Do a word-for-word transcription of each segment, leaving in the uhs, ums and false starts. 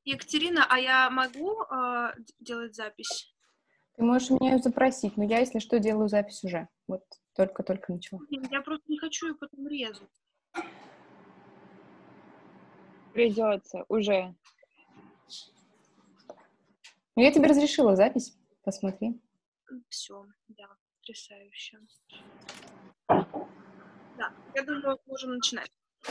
Екатерина, а я могу э, делать запись? Ты можешь меня ее запросить, но я, если что, делаю запись уже. Вот только-только начала. Я просто не хочу ее потом резать. Придется уже. Ну, я тебе разрешила запись. Посмотри. Все, да, потрясающе. Да, я думаю, можем начинать.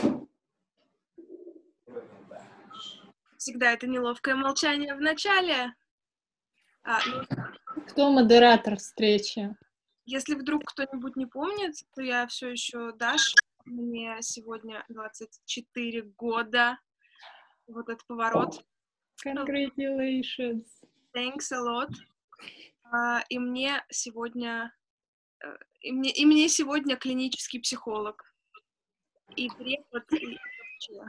Всегда это неловкое молчание в начале. А, ну, Кто модератор встречи? если вдруг кто-нибудь не помнит, то я все еще Даша. Мне сегодня двадцать четыре года. Вот этот поворот. Congratulations. Thanks a lot. А, и мне сегодня... И мне, и мне сегодня клинический психолог. И препод, и вообще.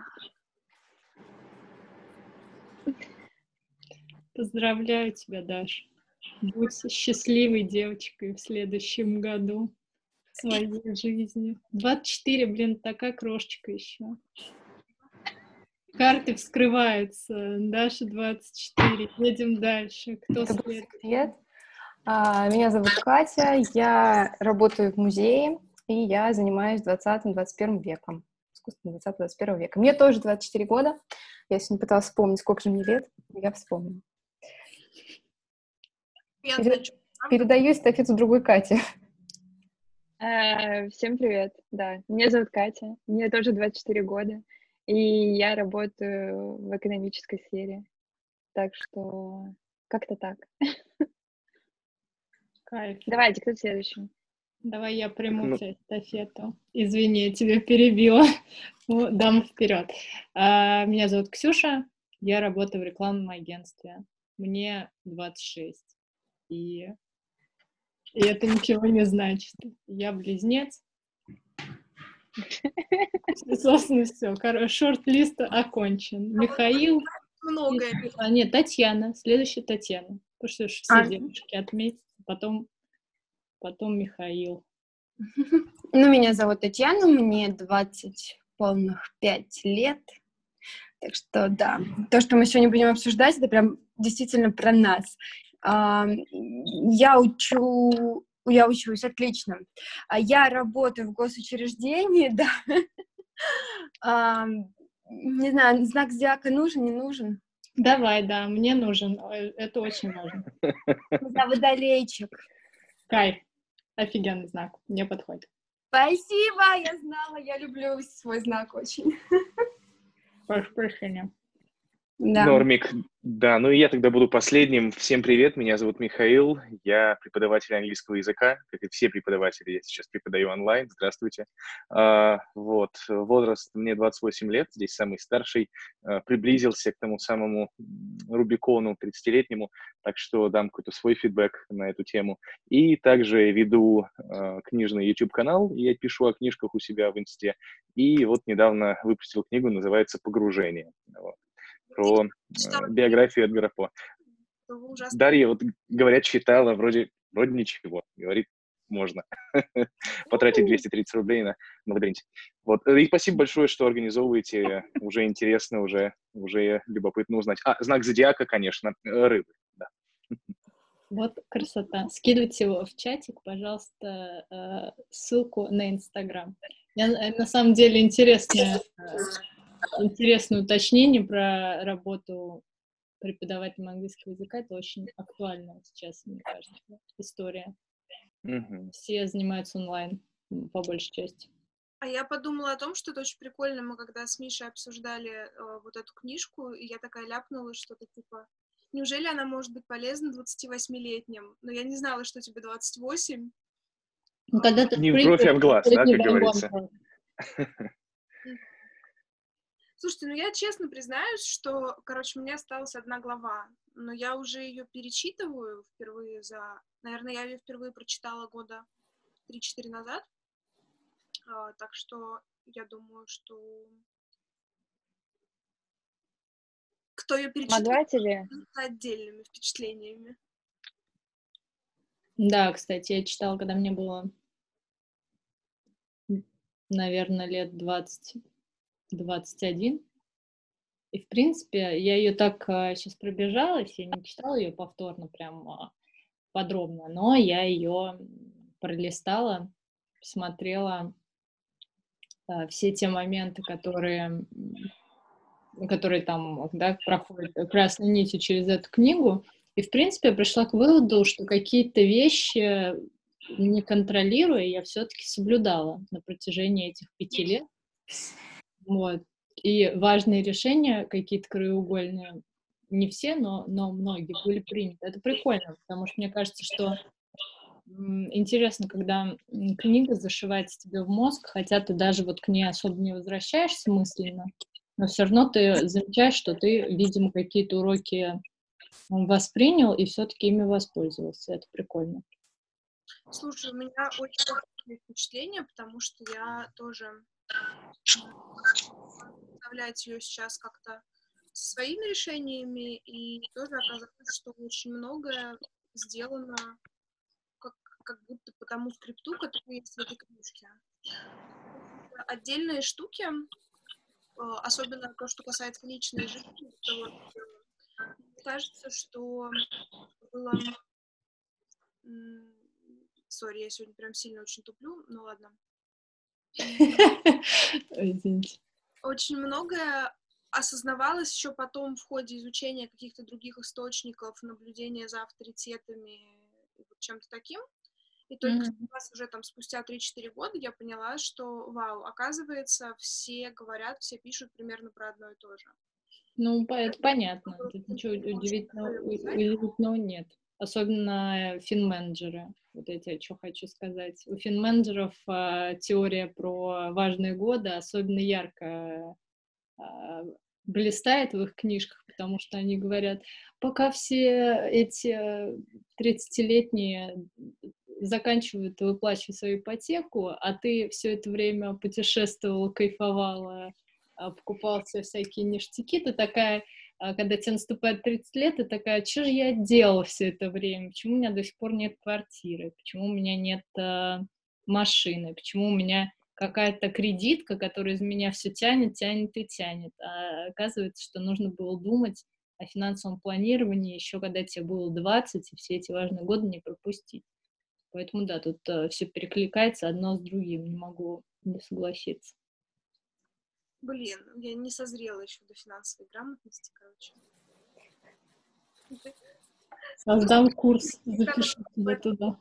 Поздравляю тебя, Даша. Будь счастливой девочкой в следующем году в своей жизни. двадцать четыре, блин, такая крошечка еще. Карты вскрываются. Даша двадцать четыре. Едем дальше. Кто Это был следующий? секрет. А, Меня зовут Катя, я работаю в музее, и я занимаюсь двадцатым двадцать первым веком. Искусством двадцатого двадцать первого века. Мне тоже двадцать четыре года. Я сегодня пыталась вспомнить, сколько же мне лет. Я вспомнила. Я Пере- начну. Передаю эстафету другой Кате. Э, Всем привет, да. Меня зовут Катя, мне тоже двадцать четыре года, и я работаю в экономической сфере. Так что как-то так. Кайф. Давайте, кто следующий? Давай я приму Ну. эстафету. Извини, я тебя перебила. Ну, дам вперед. А, Меня зовут Ксюша, я работаю в рекламном агентстве. Мне двадцать шесть. И, и это ничего не значит. Я близнец. Собственно, все. Шорт-лист окончен. Михаил. Многое. А, нет, Татьяна. Следующая Татьяна. Потому что ж все А. девушки отметят. Потом, потом Михаил. Ну, меня зовут Татьяна, мне двадцать полных пять лет. Так что, да, то, что мы сегодня будем обсуждать, это прям действительно про нас. А, Я учу, я учусь, отлично. А Я работаю в госучреждении, да. А, Не знаю, знак зодиака нужен, не нужен? Давай, да, мне нужен. Ой, это очень важно. Я водолейчик. Кайф. Офигенный знак. Мне подходит. Спасибо, я знала, я люблю свой знак очень. Прошу прощения. Да. Нормик. Да, ну и я тогда буду последним. Всем привет, меня зовут Михаил, я преподаватель английского языка, как и все преподаватели, я сейчас преподаю онлайн, здравствуйте. А, вот, возраст мне двадцать восемь лет, здесь самый старший, а, приблизился к тому самому Рубикону тридцатилетнему, так что дам какой-то свой фидбэк на эту тему. И также веду а, книжный YouTube-канал, я пишу о книжках у себя в инсте, и вот недавно выпустил книгу, называется «Погружение». Вот. Про э, биографию Эдгара По. Дарья, вот говорят, читала, вроде, вроде ничего, говорит, можно потратить двести тридцать рублей на благодарить. Вот. И спасибо большое, что организовываете, уже интересно, уже, уже любопытно узнать. А, знак зодиака, конечно, рыбы, да. Вот красота. Скидывайте его в чатик, пожалуйста, э, ссылку на Инстаграм. Я, э, на самом деле интересное, э, интересное уточнение про работу преподавателем английского языка. Это очень актуальная сейчас, мне кажется, история. Угу. Все занимаются онлайн, по большей части. А я подумала о том, что это очень прикольно. Мы когда с Мишей обсуждали э, вот эту книжку, и я такая ляпнула что-то типа, неужели она может быть полезна двадцативосьмилетним? Но я не знала, что тебе двадцать восемь. Ну, когда ты Не в бровь, а в глаз, да, как говорится. Слушайте, ну я честно признаюсь, что, короче, у меня осталась одна глава, но я уже ее перечитываю впервые за... Наверное, я ее впервые прочитала года три-четыре назад, а, так что я думаю, что кто ее перечитывает, Обладатели? с отдельными впечатлениями. Да, кстати, я читала, когда мне было, наверное, лет двадцать двадцать один. И, в принципе, я ее так сейчас пробежалась, я не читала ее повторно прям а, подробно, но я ее пролистала, посмотрела а, все те моменты, которые, м, которые там, да, проходят красной нитью через эту книгу. И, в принципе, я пришла к выводу, что какие-то вещи, не контролируя, я все-таки соблюдала на протяжении этих пяти лет. Вот. И важные решения, какие-то краеугольные, не все, но, но многие были приняты. Это прикольно, потому что мне кажется, что м, интересно, когда м, книга зашивается тебе в мозг, хотя ты даже вот к ней особо не возвращаешься мысленно, но все равно ты замечаешь, что ты, видимо, какие-то уроки м, воспринял и все-таки ими воспользовался. Это прикольно. Слушай, у меня очень похожие впечатления, потому что я тоже представлять ее сейчас как-то со своими решениями, и тоже оказалось, что очень многое сделано как, как будто по тому скрипту, который есть в этой книжке. Отдельные штуки, э, особенно то, что касается личной жизни, это вот, э, мне кажется, что было... м, Сори, я сегодня прям сильно очень туплю, ну ладно. Извините. Очень многое осознавалось еще потом в ходе изучения каких-то других источников, наблюдения за авторитетами и вот чем-то таким. И только Мгм. сейчас, уже там спустя три-четыре года, я поняла, что, вау, оказывается, все говорят, все пишут примерно про одно и то же. Ну, по- это понятно. Было Тут ничего очень удивительного, такое у- описание. удивительного нет. Особенно финменеджеры. Вот я тебе что хочу сказать. У финменеджеров а, теория про важные годы особенно ярко а, блистает в их книжках, потому что они говорят, пока все эти тридцатилетние заканчивают выплачивать свою ипотеку, а ты все это время путешествовала, кайфовала, а, покупала себе всякие ништяки, ты такая, а, когда тебе наступает тридцать лет, ты такая, что же я делала все это время, почему у меня до сих пор нет квартиры, почему у меня нет а, машины, почему у меня какая-то кредитка, которая из меня все тянет, тянет и тянет. А оказывается, что нужно было думать о финансовом планировании еще когда тебе было двадцать, и все эти важные годы не пропустить. Поэтому да, тут э, все перекликается одно с другим, не могу не согласиться. Блин, я не созрела еще до финансовой грамотности, короче. Создам курс, запишу тебя туда.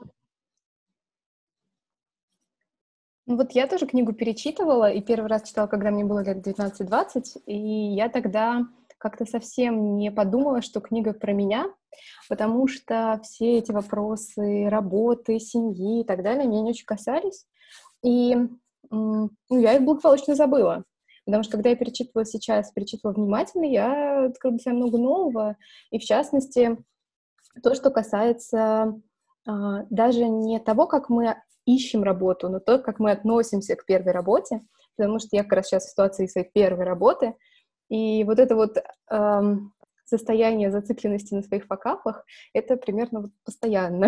Ну вот я тоже книгу перечитывала, и первый раз читала, когда мне было лет девятнадцать-двадцать, и я тогда как-то совсем не подумала, что книга про меня, потому что все эти вопросы работы, семьи и так далее меня не очень касались, и м, ну, я их благополучно забыла. Потому что когда я перечитывала сейчас, перечитывала внимательно, я открыла для себя много нового, и в частности, то, что касается а, даже не того, как мы ищем работу, но то, как мы относимся к первой работе, потому что я как раз сейчас в ситуации своей первой работы, и вот это вот эм, состояние зацикленности на своих факапах, это примерно вот постоянно.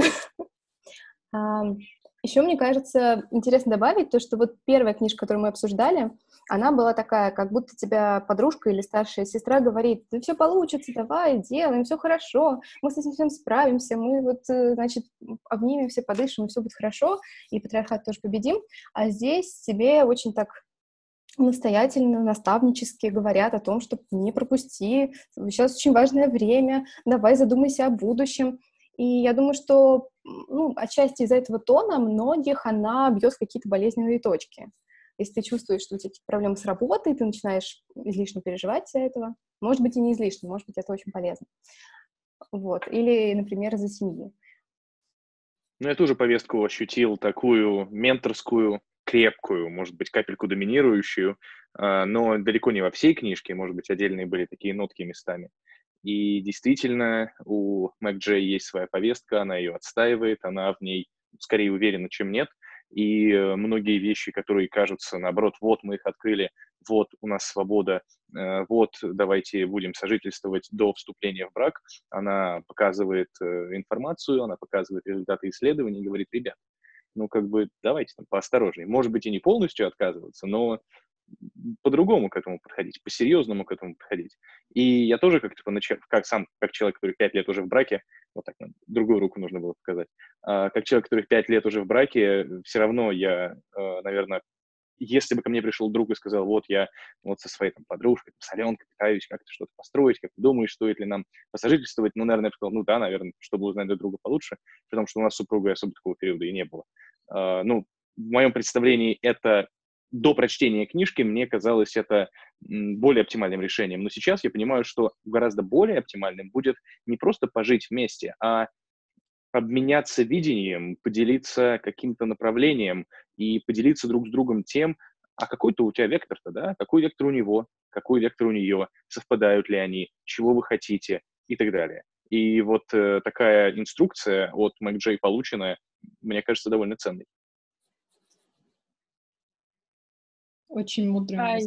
Еще, мне кажется, интересно добавить то, что вот первая книжка, которую мы обсуждали, она была такая, как будто тебя подружка или старшая сестра говорит, да все получится, давай, делаем, все хорошо, мы с этим всем справимся, мы вот, значит, обнимемся, подышим, и все будет хорошо, и патриархат тоже победим. А здесь тебе очень так настоятельно, наставнически говорят о том, что не пропусти, сейчас очень важное время, давай задумайся о будущем. И я думаю, что ну, отчасти из-за этого тона многих она бьет в какие-то болезненные точки. Если ты чувствуешь, что у тебя какие-то проблемы с работой, ты начинаешь излишне переживать из-за этого. Может быть, и не излишне, может быть, это очень полезно. Вот. Или, например, из-за семьи. Ну, я тоже повестку ощутил такую менторскую, крепкую, может быть, капельку доминирующую, а, но далеко не во всей книжке, может быть, отдельные были такие нотки местами. И действительно, у Мэг Джей есть своя повестка, она ее отстаивает, она в ней скорее уверена, чем нет. И э, многие вещи, которые кажутся, наоборот, вот мы их открыли, вот у нас свобода, э, вот давайте будем сожительствовать до вступления в брак, она показывает э, информацию, она показывает результаты исследований и говорит, ребят, ну как бы давайте там поосторожнее. Может быть и не полностью отказываться, но по-другому к этому подходить, по-серьезному к этому подходить. И я тоже как, типа, нач... как сам, как человек, который пять лет уже в браке, вот так, другую руку нужно было показать, а, как человек, который пять лет уже в браке, все равно я, наверное, если бы ко мне пришел друг и сказал, вот я вот со своей там подружкой, с Аленкой пытаюсь как-то что-то построить, как ты думаешь, стоит ли нам посожительствовать, ну, наверное, я бы сказал, ну да, наверное, чтобы узнать друг друга получше, потому что у нас с супругой особо такого периода и не было. А, ну, в моем представлении это до прочтения книжки мне казалось это м, более оптимальным решением, но сейчас я понимаю, что гораздо более оптимальным будет не просто пожить вместе, а обменяться видением, поделиться каким-то направлением и поделиться друг с другом тем, а какой-то у тебя вектор-то, да? Какой вектор у него, какой вектор у нее, совпадают ли они, чего вы хотите и так далее. И вот э, такая инструкция от MacJ полученная, мне кажется, довольно ценной. Очень мудрая.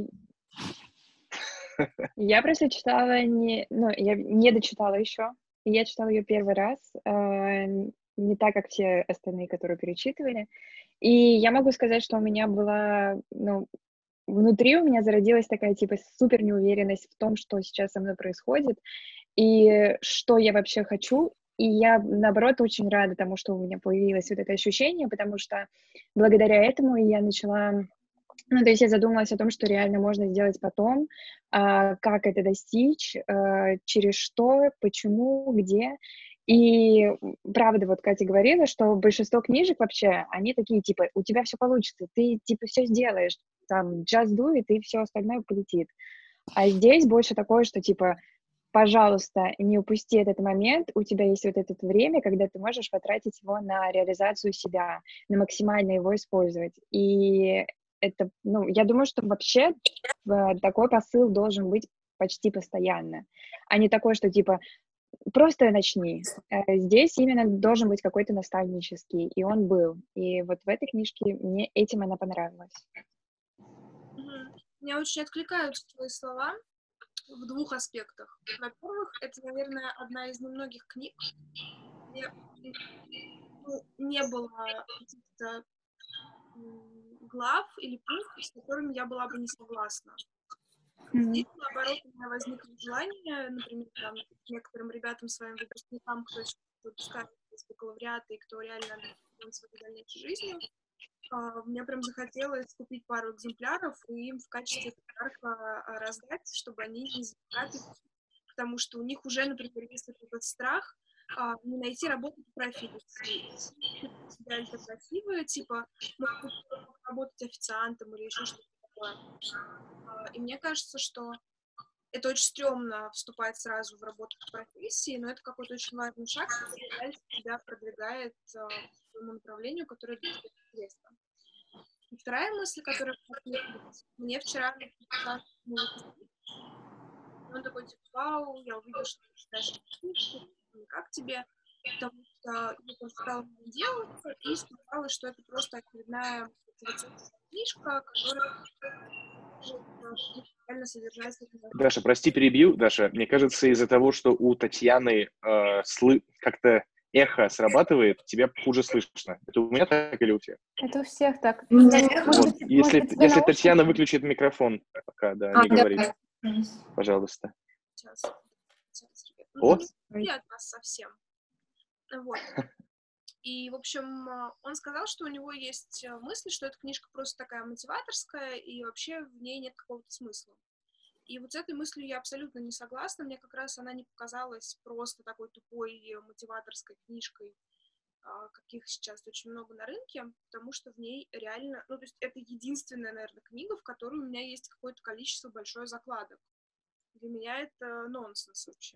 А, я просто читала не, ну, я не дочитала еще. Я читала ее первый раз, э, не так, как все остальные, которые перечитывали. И я могу сказать, что у меня была, ну, внутри у меня зародилась такая, типа, супер неуверенность в том, что сейчас со мной происходит, и что я вообще хочу. И я, наоборот, очень рада тому, что у меня появилось вот это ощущение, потому что благодаря этому я начала... Ну, то есть я задумалась о том, что реально можно сделать потом, а, как это достичь, а, через что, почему, где. И м, правда, вот Катя говорила, что большинство книжек вообще, они такие, типа, у тебя все получится, ты, типа, все сделаешь, там, just do it, и все остальное полетит. А здесь больше такое, что, типа, пожалуйста, не упусти этот момент, у тебя есть вот это время, когда ты можешь потратить его на реализацию себя, на максимально его использовать. И это, ну, я думаю, что вообще э, такой посыл должен быть почти постоянно, а не такой, что типа просто начни. Э, Здесь именно должен быть какой-то наставнический, и он был. И вот в этой книжке мне этим она понравилась. Мгм. Мне очень откликаются твои слова в двух аспектах. Во-первых, это, наверное, одна из немногих книг, где ну, не было каких-то м, глав или пунктов, с которыми я была бы не согласна. Здесь, наоборот, у меня возникло желание, например, там, некоторым ребятам, своим выпускникам, кто сейчас выпускает из бакалавриата и кто реально обеспечивает своей дальнейшей жизнью, а, мне прям захотелось купить пару экземпляров и им в качестве подарка а, раздать, чтобы они не забирали, потому что у них уже, например, есть этот страх а, не найти работу по профессии. Себя альтернативы, типа, может быть, работать официантом или еще что-то такое. А, И мне кажется, что это очень стрёмно вступать сразу в работу по профессии, но это какой-то очень важный шаг, который дальше тебя продвигает а, к тому направлению, которое для тебя интересно. И вторая мысль, которая откликнулась, мне вчера написал мой выпускник, и он такой, типа, вау, я увидел, что ты читаешь эту книжку, и как тебе? Потому что я прочитала «Не делаться» и сказала, что это просто очередная мотивационная книжка, которая может реально содержательно. Даша, прости, перебью. Даша, мне кажется, из-за того, что у Татьяны э, слы... как-то эхо срабатывает, тебя хуже слышно. Это у меня так или у всех? Это у всех так. Наверное, Может Вот, быть, может если, быть, тебе если наушники? Татьяна выключит микрофон, пока, да, А, не говорит, давай. пожалуйста. Сейчас, сейчас, ребят. Ну, О, не, не от нас совсем. Вот. И, в общем, а, он сказал, что у него есть а, мысль, что эта книжка просто такая мотиваторская, и вообще в ней нет какого-то смысла. И вот с этой мыслью я абсолютно не согласна. Мне как раз она не показалась просто такой тупой мотиваторской книжкой, а, каких сейчас очень много на рынке, потому что в ней реально... Ну, то есть это единственная, наверное, книга, в которой у меня есть какое-то количество большое закладок. Для меня это нонсенс вообще.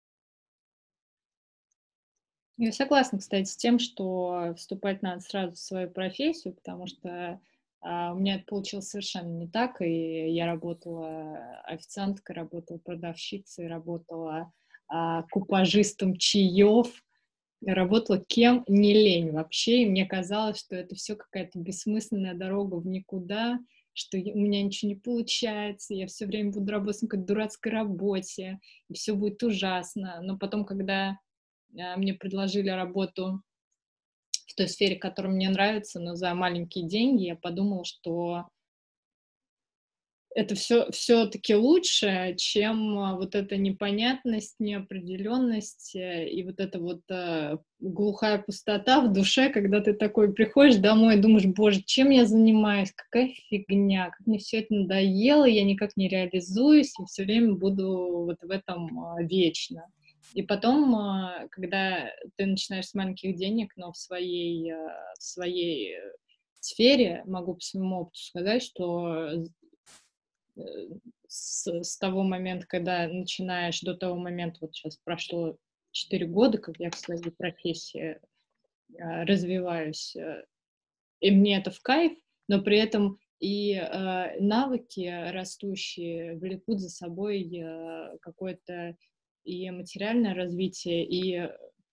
Я согласна, кстати, с тем, что вступать надо сразу в свою профессию, потому что а, у меня это получилось совершенно не так, и я работала официанткой, работала продавщицей, работала а, купажистом чаев, работала кем не лень вообще, и мне казалось, что это все какая-то бессмысленная дорога в никуда, что я- у меня ничего не получается, я все время буду работать на какой-то дурацкой работе, и все будет ужасно. Но потом, когда а, мне предложили работу в той сфере, которая мне нравится, но за маленькие деньги, я подумала, что это все все-таки лучше, чем а, вот эта непонятность, неопределенность э, и вот эта вот э, глухая пустота в душе, когда ты такой приходишь домой и думаешь, боже, чем я занимаюсь, какая фигня, как мне все это надоело, я никак не реализуюсь, и все время буду вот в этом а, вечно. И потом, а, когда ты начинаешь с маленьких денег, но в своей, а, в своей э, сфере, могу по своему опыту сказать, что э, с, с того момента, когда начинаешь, до того момента, вот сейчас прошло четыре года, как я в своей профессии э, развиваюсь, э, и мне это в кайф, но при этом и э, навыки растущие влекут за собой э, какое-то и материальное развитие, и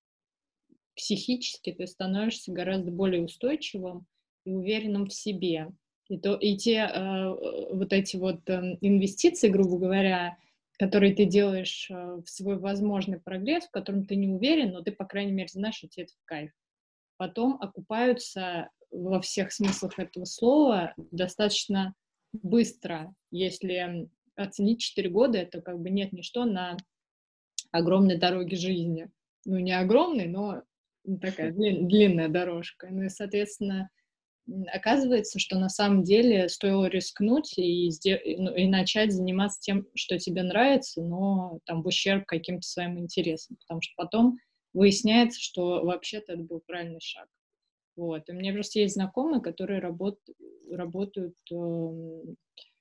психически ты становишься гораздо более устойчивым и уверенным в себе. И, то, и те э, вот эти вот э, инвестиции, грубо говоря, которые ты делаешь э, в свой возможный прогресс, в котором ты не уверен, но ты, по крайней мере, знаешь, что тебе это в кайф, потом окупаются во всех смыслах этого слова достаточно быстро. Если оценить четыре года, это как бы нет ничто на огромной дороге жизни. Ну, не огромной, но такая длин- длинная дорожка. Ну и, соответственно, м, оказывается, что на самом деле стоило рискнуть и, сде- и, ну, и начать заниматься тем, что тебе нравится, но там в ущерб каким-то своим интересам, потому что потом выясняется, что вообще-то это был правильный шаг. Вот. И у меня просто есть знакомые, которые работ- работают эм,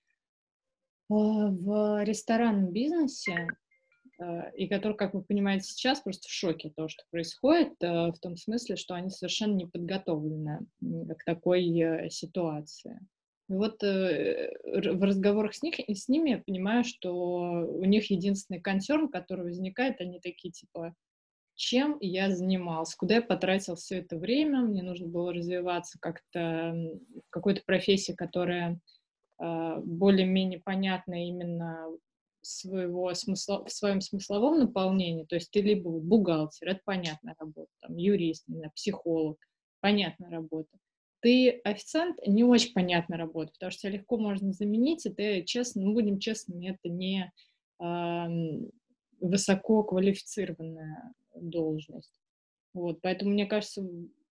э, в ресторанном бизнесе, э, и которые, как вы понимаете, сейчас просто в шоке от того, что происходит, э, в том смысле, что они совершенно не подготовлены м, к такой э, ситуации. И вот э, р- в разговорах с, них, с ними я понимаю, что у них единственный консерн, который возникает, они такие типа, чем я занимался, куда я потратил все это время, мне нужно было развиваться как-то м, в какой-то профессии, которая а, более-менее понятно именно своего смысла, в своем смысловом наполнении, то есть ты либо вот бухгалтер, это понятная работа, там, юрист, не знаю, психолог, понятная работа. Ты официант, не очень понятная работа, потому что тебя легко можно заменить, и ты, честно, ну, будем честными, это не ам, высококвалифицированная должность. Вот, поэтому, мне кажется,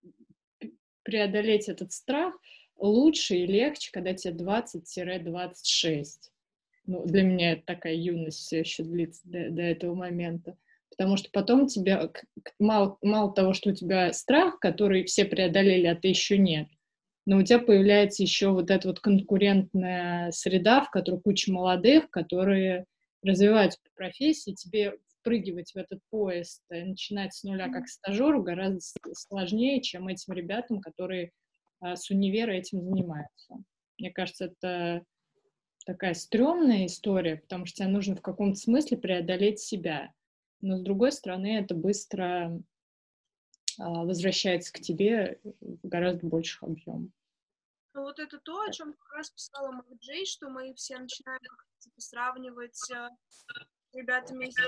преодолеть этот страх лучше и легче, когда тебе двадцать-двадцать шесть. Ну, для меня это такая юность все еще длится до, до этого момента. Потому что потом тебя, мало, мало того, что у тебя страх, который все преодолели, а ты еще нет, но у тебя появляется еще вот эта вот конкурентная среда, в которой куча молодых, которые развиваются по профессии, тебе впрыгивать в этот поезд и начинать с нуля как стажеру гораздо сложнее, чем этим ребятам, которые а, с универа этим занимаются. Мне кажется, это такая стрёмная история, потому что тебе нужно в каком-то смысле преодолеть себя. Но, с другой стороны, это быстро а, возвращается к тебе в гораздо больших объемах. Ну, вот это то, о чем как раз писала Мэг Джей, что мы все начинаем как-то типа сравнивать э, с ребятами из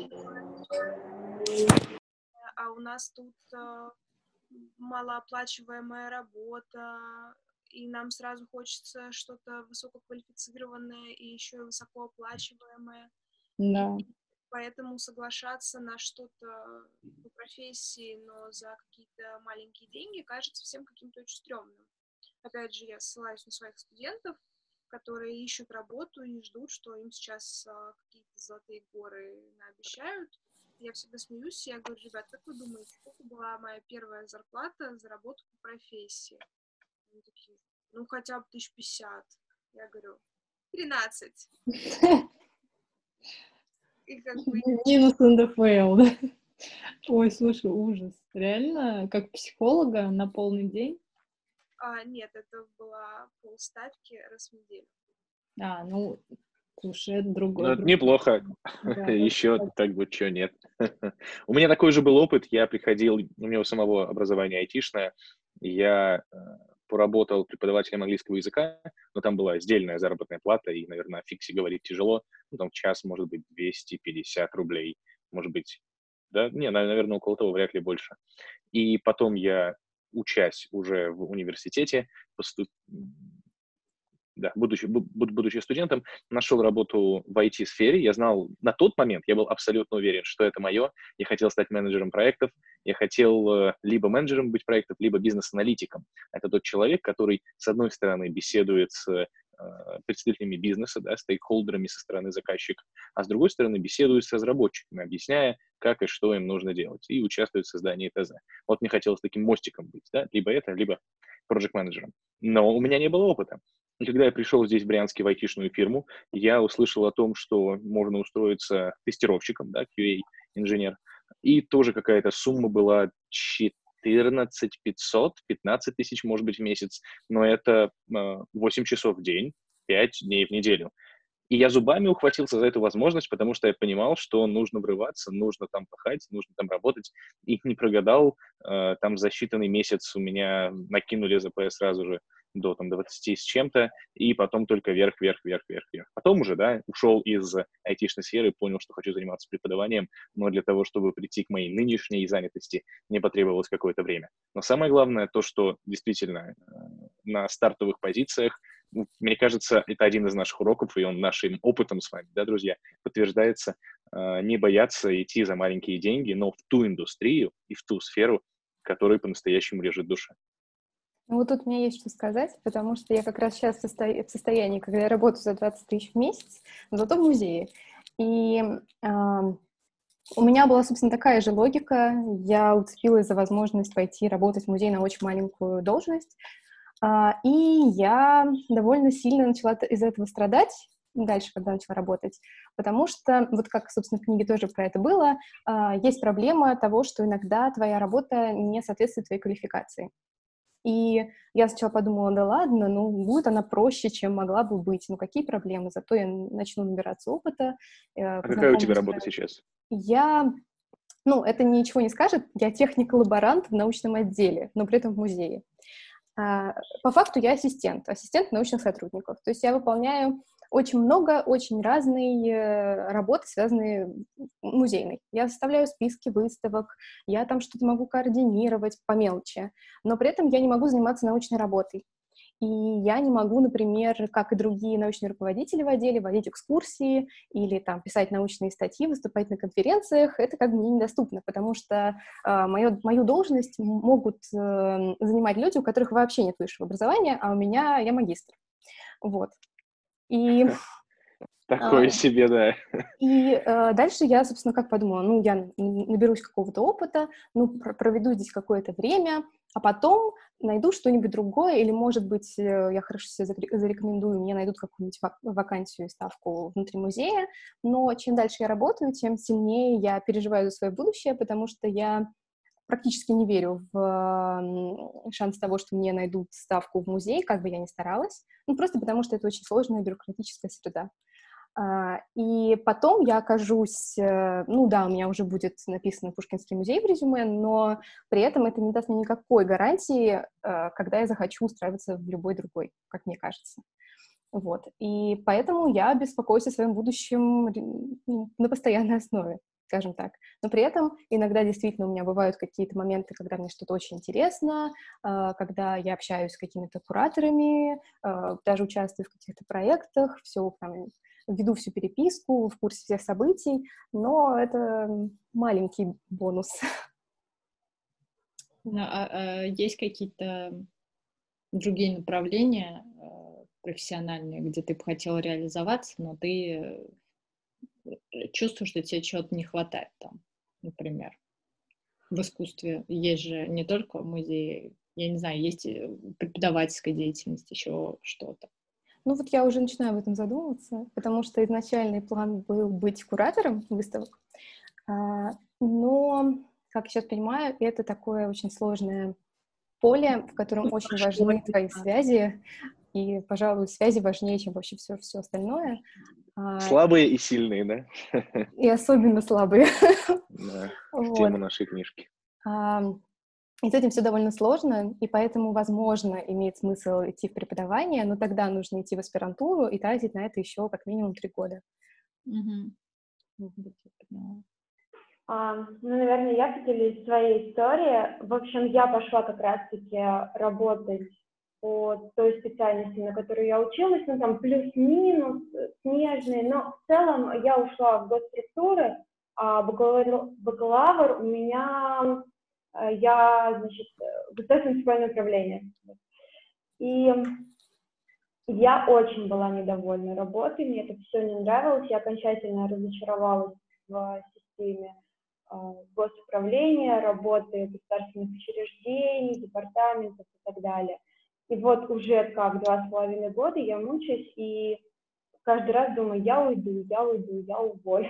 а у нас тут э, малооплачиваемая работа, и нам сразу хочется что-то высококвалифицированное и еще и высокооплачиваемое. Да. И поэтому соглашаться на что-то по профессии, но за какие-то маленькие деньги, кажется всем каким-то очень стрёмным. Опять же, я ссылаюсь на своих студентов, которые ищут работу и ждут, что им сейчас а, какие-то золотые горы наобещают. Я всегда смеюсь, я говорю, ребят, как вы думаете, сколько была моя первая зарплата за работу по профессии? Они такие, ну, хотя бы тысяч пятьдесят. Я говорю, тринадцать. И как бы... Минус эн дэ эф эл, да? Ой, слушай, ужас. Реально, как психолога на полный день? А, нет, это была полставки раз в неделю. А, ну, слушай, это другой. Ну, это друг- неплохо. Да, Еще это- так бы, что нет. У меня такой же был опыт. Я приходил, у меня у самого образование айтишное. Я э, поработал преподавателем английского языка, но там была сдельная заработная плата, и, наверное, о фиксе говорить тяжело. Ну, там в час, может быть, двести пятьдесят рублей. Может быть, да? Не, наверное, около того, вряд ли больше. И потом я, учась уже в университете, поступ... да, будучи, бу- будучи студентом, нашел работу в ай ти-сфере. Я знал на тот момент, я был абсолютно уверен, что это мое. Я хотел стать менеджером проектов. Я хотел э, либо менеджером быть проектов, либо бизнес-аналитиком. Это тот человек, который, с одной стороны, беседует с э, представителями бизнеса, да, стейкхолдерами со стороны заказчика, а с другой стороны, беседует с разработчиками, объясняя, как и что им нужно делать, и участвует в создании ТЗ. Вот мне хотелось таким мостиком быть, да, либо это, либо проект-менеджером. Но у меня не было опыта. И когда я пришел здесь, в Брянске, в айтишную фирму, я услышал о том, что можно устроиться тестировщиком, да, кью эй-инженер, и тоже какая-то сумма была четырнадцать пятьсот, пятнадцать тысяч, может быть, в месяц, но это э, восемь часов в день, пять дней в неделю. И я зубами ухватился за эту возможность, потому что я понимал, что нужно врываться, нужно там пахать, нужно там работать. И не прогадал, э, там за считанный месяц у меня накинули ЗП сразу же до там, двадцати с чем-то, и потом только вверх, вверх, вверх, вверх, вверх. Потом уже, да, ушел из айтишной сферы, понял, что хочу заниматься преподаванием, но для того, чтобы прийти к моей нынешней занятости, мне потребовалось какое-то время. Но самое главное то, что действительно э, на стартовых позициях, мне кажется, это один из наших уроков, и он нашим опытом с вами, да, друзья, подтверждается, э, не бояться идти за маленькие деньги, но в ту индустрию и в ту сферу, которой по-настоящему лежит душа. Ну, вот тут у меня есть что сказать, потому что я как раз сейчас в, состо... в состоянии, когда я работаю за двадцать тысяч в месяц, но зато в музее. И э, у меня была, собственно, такая же логика. Я уцепилась за возможность пойти работать в музей на очень маленькую должность. Э, и я довольно сильно начала из-за этого страдать дальше, когда начала работать. Потому что, вот как, собственно, в книге тоже про это было, э, есть проблема того, что иногда твоя работа не соответствует твоей квалификации. И я сначала подумала, да ладно, ну, будет она проще, чем могла бы быть. Ну, какие проблемы? Зато я начну набираться опыта. А какая у тебя работа сейчас? Я, ну, это ничего не скажет. Я техник-лаборант в научном отделе, но при этом в музее. А, по факту я ассистент, ассистент научных сотрудников. То есть я выполняю очень много, очень разные работы, связанные музейной. Я составляю списки выставок, я там что-то могу координировать по мелочи, но при этом я не могу заниматься научной работой. И я не могу, например, как и другие научные руководители в отделе, водить экскурсии или там писать научные статьи, выступать на конференциях. Это как бы мне недоступно, потому что э, мою, мою должность могут э, занимать люди, у которых вообще нет высшего образования, а у меня я магистр. Вот. И... Такое себе, да. И э, дальше я, собственно, как подумала, ну, я наберусь какого-то опыта, ну, пр- проведу здесь какое-то время, а потом найду что-нибудь другое, или, может быть, я хорошо себя зарекомендую, мне найдут какую-нибудь вак- вакансию и ставку внутри музея, но чем дальше я работаю, тем сильнее я переживаю за свое будущее, потому что я практически не верю в шанс того, что мне найдут ставку в музей, как бы я ни старалась, ну, просто потому что это очень сложная бюрократическая среда. Uh, и потом я окажусь, uh, ну да, у меня уже будет написано Пушкинский музей в резюме, но при этом это не даст мне никакой гарантии, uh, когда я захочу устраиваться в любой другой, как мне кажется. Вот. И поэтому я беспокоюсь о своем будущем на постоянной основе, скажем так. Но при этом иногда действительно у меня бывают какие-то моменты, когда мне что-то очень интересно, uh, когда я общаюсь с какими-то кураторами, uh, даже участвую в каких-то проектах, все там... веду всю переписку, в курсе всех событий, но это маленький бонус. Ну, а, а есть какие-то другие направления профессиональные, где ты бы хотела реализоваться, но ты чувствуешь, что тебе чего-то не хватает там, например? В искусстве есть же не только музеи, я не знаю, есть преподавательская деятельность, еще что-то. Ну вот я уже начинаю об этом задумываться, потому что изначальный план был быть куратором выставок, но, как я сейчас понимаю, это такое очень сложное поле, в котором очень важны твои связи, и, пожалуй, связи важнее, чем вообще все, все остальное. Слабые и сильные, да? И особенно слабые. Да, вот. Тема нашей книжки. И с этим все довольно сложно, и поэтому, возможно, имеет смысл идти в преподавание, но тогда нужно идти в аспирантуру и тратить на это еще как минимум три года. Mm-hmm. А, ну, наверное, я поделюсь своей историей. В общем, я пошла как раз-таки работать по той специальности, на которой я училась, ну, там плюс-минус, смежные, но в целом я ушла в госструктуры, а бакалавр, бакалавр у меня, я, значит, государственное муниципальное управление. И я очень была недовольна работой, мне это все не нравилось, я окончательно разочаровалась в системе э, госуправления, работы государственных учреждений, департаментов и так далее. И вот уже как два с половиной года я мучаюсь и каждый раз думаю, я уйду, я уйду, я уволюсь.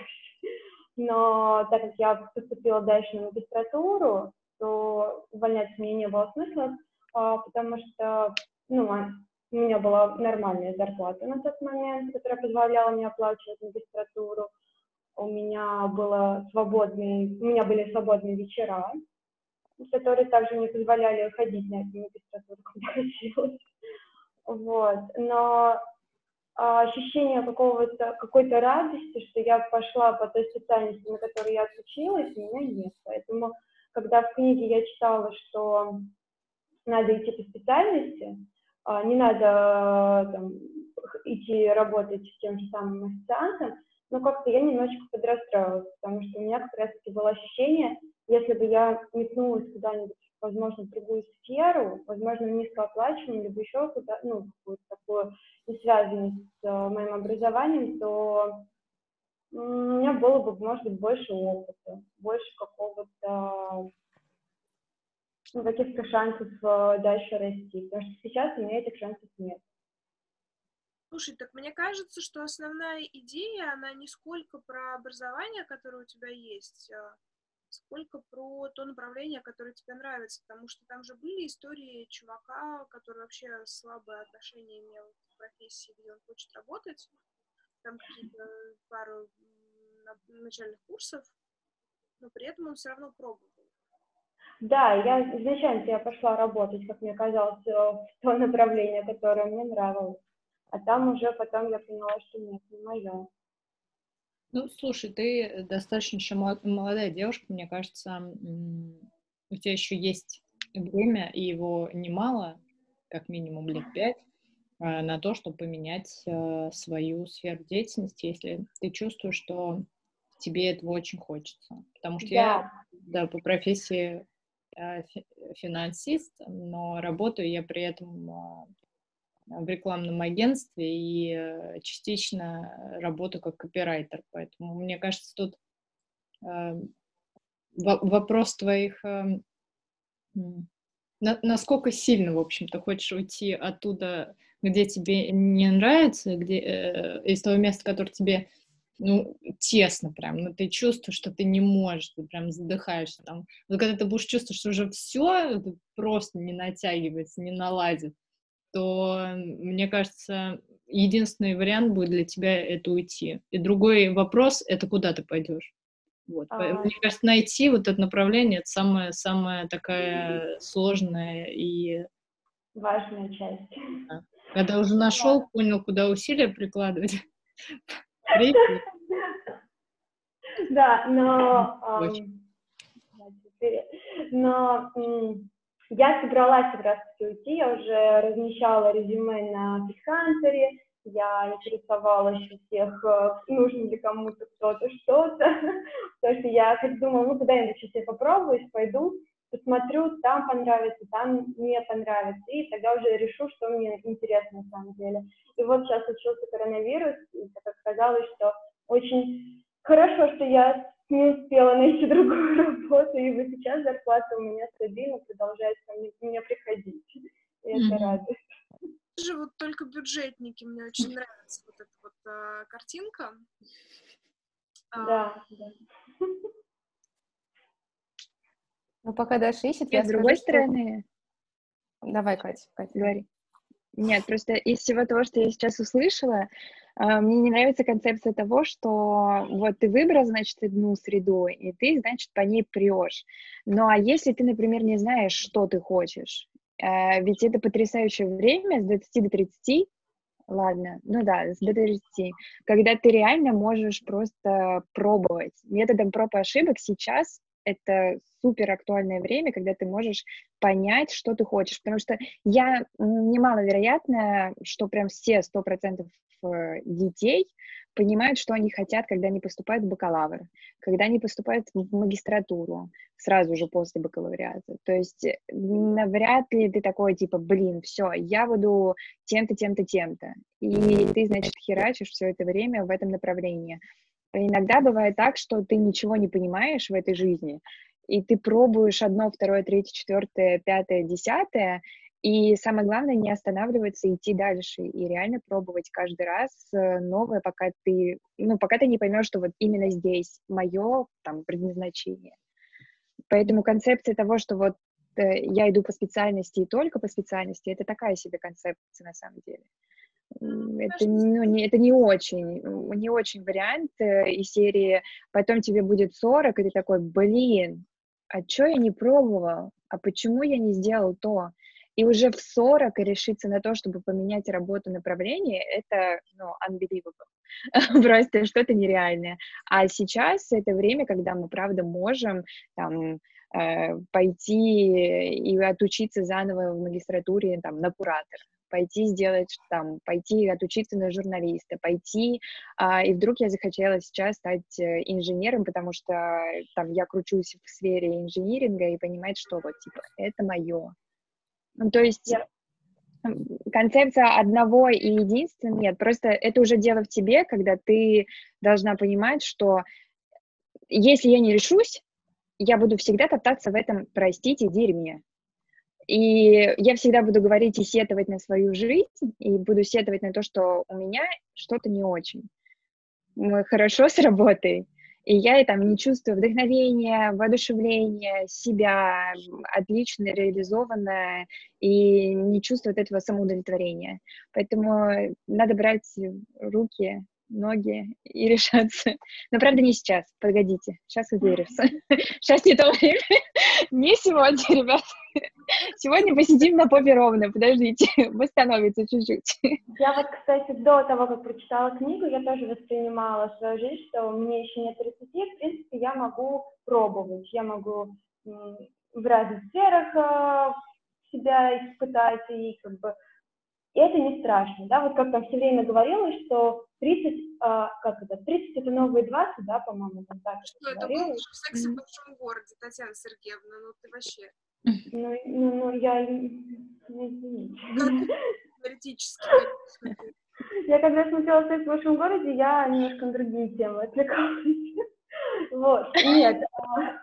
Но так как я поступила дальше на магистратуру, то увольняться мне не было смысла, потому что, ну, у меня была нормальная зарплата на тот момент, которая позволяла мне оплачивать магистратуру. У меня было свободные, у меня были свободные вечера, которые также не позволяли ходить на эту магистратуру, когда хотелось. Вот. Но ощущение какого-то, какой-то радости, что я пошла по той специальности, на которой я отучилась, у меня нет. Поэтому, когда в книге я читала, что надо идти по специальности, не надо там, идти работать тем же самым официантом, но как-то я немножечко подрастроилась, потому что у меня как раз-таки было ощущение, если бы я метнулась куда-нибудь, возможно, в другую сферу, возможно, низкооплачиваемую, либо еще куда, ну, какую-то такую, не связанную с uh, моим образованием, то у меня было бы, может быть, больше опыта, больше какого-то, ну, каких-то шансов uh, дальше расти, потому что сейчас у меня этих шансов нет. Слушай, так мне кажется, что основная идея, она не сколько про образование, которое у тебя есть, а сколько про то направление, которое тебе нравится, потому что там же были истории чувака, который вообще слабое отношение имел к профессии, где он хочет работать, там какие-то пару начальных курсов, но при этом он все равно пробовал. Да, я изначально я пошла работать, как мне казалось, в то направление, которое мне нравилось. А там уже потом я поняла, что нет, не мое. Ну, слушай, ты достаточно еще молодая девушка, мне кажется, у тебя еще есть время, и его немало, как минимум лет пять, на то, чтобы поменять свою сферу деятельности, если ты чувствуешь, что тебе этого очень хочется. Потому что да. я да, по профессии финансист, но работаю я при этом в рекламном агентстве и частично работаю как копирайтер. Поэтому, мне кажется, тут э, вопрос твоих... Э, на, насколько сильно, в общем, ты хочешь уйти оттуда, где тебе не нравится, где, э, из того места, которое тебе, ну, тесно прям, но ты чувствуешь, что ты не можешь, ты прям задыхаешься там. Вот когда ты будешь чувствовать, что уже все просто не натягивается, не наладит, то, мне кажется, единственный вариант будет для тебя это уйти. И другой вопрос — это куда ты пойдешь. Вот. А... Мне кажется, найти вот это направление — это самая, самая такая сложная и... важная часть. Да. Когда уже нашел, да. Понял, куда усилия прикладывать. Да, но... Но... Я собралась как раз-таки уйти, я уже размещала резюме на HeadHunter, я интересовалась у всех, нужно ли кому-то кто-то что-то, потому что я думала, ну, куда-нибудь сейчас я попробую, пойду, посмотрю, там понравится, там не понравится, и тогда уже решу, что мне интересно на самом деле. И вот сейчас случился коронавирус, и так оказалось, что очень хорошо, что я не успела найти другую работу, и вот сейчас зарплата у меня стабильно продолжает ко мне, мне приходить. И mm-hmm. это радует. Же вот только бюджетники, мне очень нравится вот эта вот а, картинка. Да, а... да. Ну, пока Даша ищет, я с другой скажу, стороны... Что... Давай, Катя, Катя. Говори. Нет, просто из всего того, что я сейчас услышала, мне не нравится концепция того, что вот ты выбрал, значит, одну среду, и ты, значит, по ней прешь. Ну, а если ты, например, не знаешь, что ты хочешь, ведь это потрясающее время с двадцати до тридцати, ладно, ну да, с до тридцати, когда ты реально можешь просто пробовать. Методом проб и ошибок сейчас это супер актуальное время, когда ты можешь понять, что ты хочешь, потому что я немаловероятно, что прям все сто процентов детей понимают, что они хотят, когда они поступают в бакалавр, когда они поступают в магистратуру, сразу же после бакалавриата. То есть навряд ли ты такой, типа, блин, все, я буду тем-то, тем-то, тем-то. И ты, значит, херачишь все это время в этом направлении. Иногда бывает так, что ты ничего не понимаешь в этой жизни, и ты пробуешь одно, второе, третье, четвертое, пятое, десятое, и самое главное не останавливаться, идти дальше и реально пробовать каждый раз новое, пока ты, ну, пока ты не поймешь, что вот именно здесь мое там предназначение. Поэтому концепция того, что вот э, я иду по специальности и только по специальности, это такая себе концепция на самом деле. Это, ну, не, это не очень, не очень вариант э, из серии «потом тебе будет сорок», и ты такой, блин, а чё я не пробовал? А почему я не сделал то? И уже в сорок решиться на то, чтобы поменять работу, направление, это, ну, unbelievable. Просто что-то нереальное. А сейчас это время, когда мы, правда, можем там э, пойти и отучиться заново в магистратуре там на куратора, пойти сделать там, пойти отучиться на журналиста, пойти, а, и вдруг я захотела сейчас стать инженером, потому что там я кручусь в сфере инжиниринга и понимать, что вот, типа, это мое. Ну, то есть Я- концепция одного и единственного нет, просто это уже дело в тебе, когда ты должна понимать, что если я не решусь, я буду всегда топтаться в этом, простите, дерьме. И я всегда буду говорить и сетовать на свою жизнь, и буду сетовать на то, что у меня что-то не очень хорошо с работой, и я там не чувствую вдохновения, воодушевления, себя отлично реализованная, и не чувствую от этого самоудовлетворения. Поэтому надо брать руки, ноги и решаться. Но, правда, не сейчас. Погодите. Сейчас изверился. Сейчас не то время. Не сегодня, ребят. Сегодня посидим на попе ровно. Подождите. Восстановится чуть-чуть. Я вот, кстати, до того, как прочитала книгу, я тоже воспринимала свою жизнь, что мне еще нет тридцати, в принципе, я могу пробовать, я могу м, в разных сферах э, себя испытать, и как бы и это не страшно, да, вот как там все время говорилось, что тридцать, э, как это, тридцать это новые двадцать, да, по-моему, там так Что это было говорилось. в «Сексе в большом городе», Татьяна Сергеевна, ну ты вообще Ну, ну, ну я, ну, извините. теоретически. Я когда смотрела «Секс в большом городе», я немножко на другие темы отвлекалась. Вот, нет, а,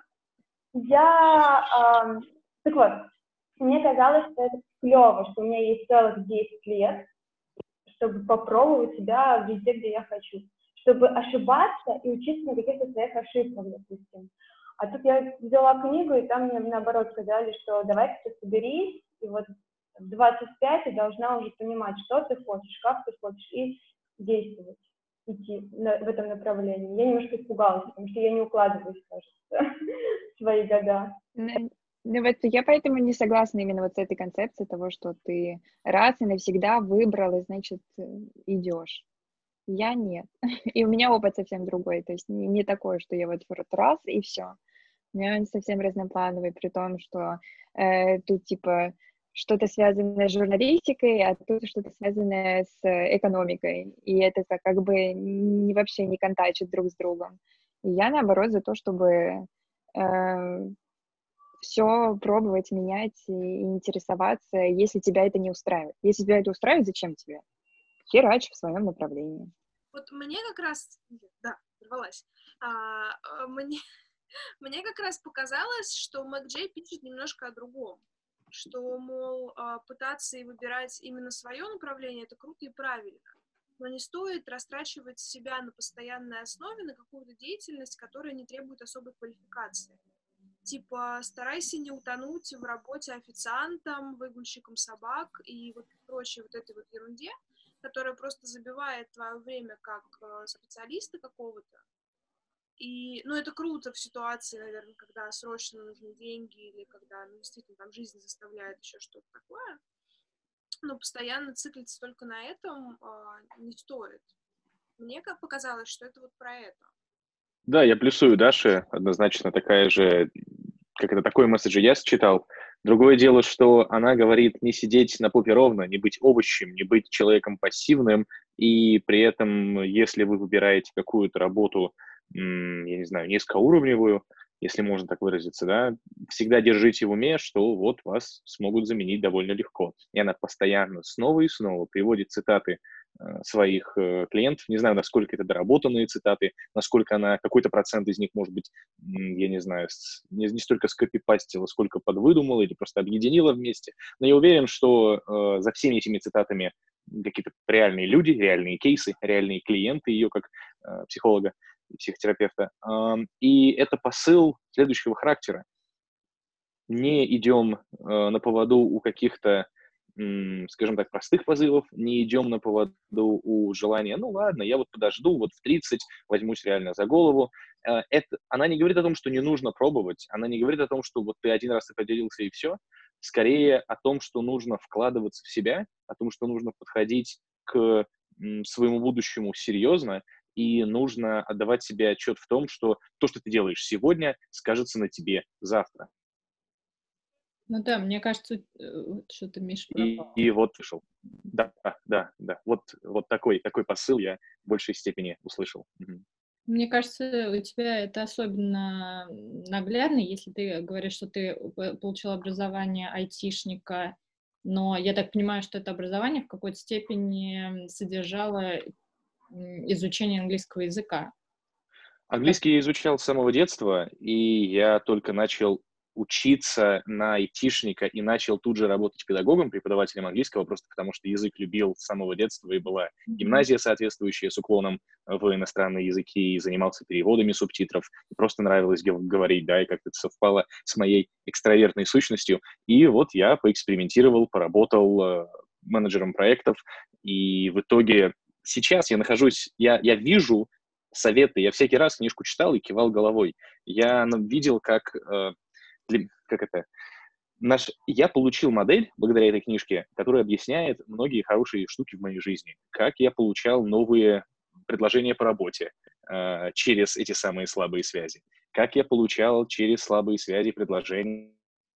я, а, так вот, мне казалось, что это клево, что у меня есть целых десять лет, чтобы попробовать себя везде, где я хочу, чтобы ошибаться и учиться на каких-то своих ошибках, допустим. А тут я взяла книгу, и там мне наоборот сказали, что давай ты соберись, и вот в двадцать пять ты должна уже понимать, что ты хочешь, как ты хочешь, и действовать, идти на, в этом направлении. Я немножко испугалась, потому что я не укладываюсь, кажется, в свои года. Ну, ну вот я поэтому не согласна именно вот с этой концепцией того, что ты раз и навсегда выбрал, и, значит, идешь. Я нет. И у меня опыт совсем другой, то есть не, не такой, что я вот раз и все. У меня он совсем разноплановый, при том, что э, тут типа что-то связанное с журналистикой, а тут что-то связанное с экономикой. И это так, как бы не, вообще не контачит друг с другом. И я, наоборот, за то, чтобы э, все пробовать, менять и интересоваться, если тебя это не устраивает. Если тебя это устраивает, зачем тебе? Херач в своем направлении. Вот мне как раз... Да, порвалась. А, а, мне... Мне как раз показалось, что Мэг Джей пишет немножко о другом. Что, мол, пытаться и выбирать именно свое направление — это круто и правильно. Но не стоит растрачивать себя на постоянной основе на какую-то деятельность, которая не требует особой квалификации. Типа, старайся не утонуть в работе официантом, выгульщиком собак и вот прочей вот этой вот ерунде, которая просто забивает твое время как специалиста какого-то. И, ну, это круто в ситуации, наверное, когда срочно нужны деньги или когда, ну, действительно, там жизнь заставляет еще что-то такое. Но постоянно циклиться только на этом а, не стоит. Мне как показалось, что это вот про это. Да, я плюсую Даше, однозначно такая же, как это, такой месседж я считал. Другое дело, что она говорит не сидеть на попе ровно, не быть овощем, не быть человеком пассивным, и при этом, если вы выбираете какую-то работу, м, я не знаю, низкоуровневую, если можно так выразиться, да, всегда держите в уме, что вот вас смогут заменить довольно легко. И она постоянно снова и снова приводит цитаты э, своих э, клиентов. Не знаю, насколько это доработанные цитаты, насколько она, какой-то процент из них, может быть, м, я не знаю, с- не, не столько скопипастила, сколько подвыдумала или просто объединила вместе. Но я уверен, что э, за всеми этими цитатами какие-то реальные люди, реальные кейсы, реальные клиенты ее как э, психолога и психотерапевта. Ам, И это посыл следующего характера. Не идем э, на поводу у каких-то, м, скажем так, простых позывов, не идем на поводу у желания, ну ладно, я вот подожду, вот в тридцать возьмусь реально за голову. Э, Это, она не говорит о том, что не нужно пробовать, она не говорит о том, что вот ты один раз определился и все, скорее о том, что нужно вкладываться в себя, о том, что нужно подходить к м, своему будущему серьезно, и нужно отдавать себе отчет в том, что то, что ты делаешь сегодня, скажется на тебе завтра. Ну да, мне кажется, э, вот что-то Миша И, пропал. и вот вышел. Да, да, да. Вот, вот такой, такой посыл я в большей степени услышал. Мгм. Мне кажется, у тебя это особенно наглядно, если ты говоришь, что ты п- получил образование айтишника, но я так понимаю, что это образование в какой-то степени содержало м, изучение английского языка. Как- Английский я изучал с самого детства, и я только начал учиться на айтишника и начал тут же работать педагогом, преподавателем английского, просто потому что язык любил с самого детства, и была Мгм. гимназия соответствующая с уклоном в иностранные языки, и занимался переводами субтитров, и просто нравилось гов- говорить, да, и как-то это совпало с моей экстравертной сущностью. И вот я поэкспериментировал, поработал э, менеджером проектов, и в итоге сейчас я нахожусь, я, я вижу советы. Я всякий раз книжку читал и кивал головой. Я ну, видел, как, э, для- как это, наш, я получил модель благодаря этой книжке, которая объясняет многие хорошие штуки в моей жизни. Как я получал новые предложения по работе э, через эти самые слабые связи. Как я получал через слабые связи предложения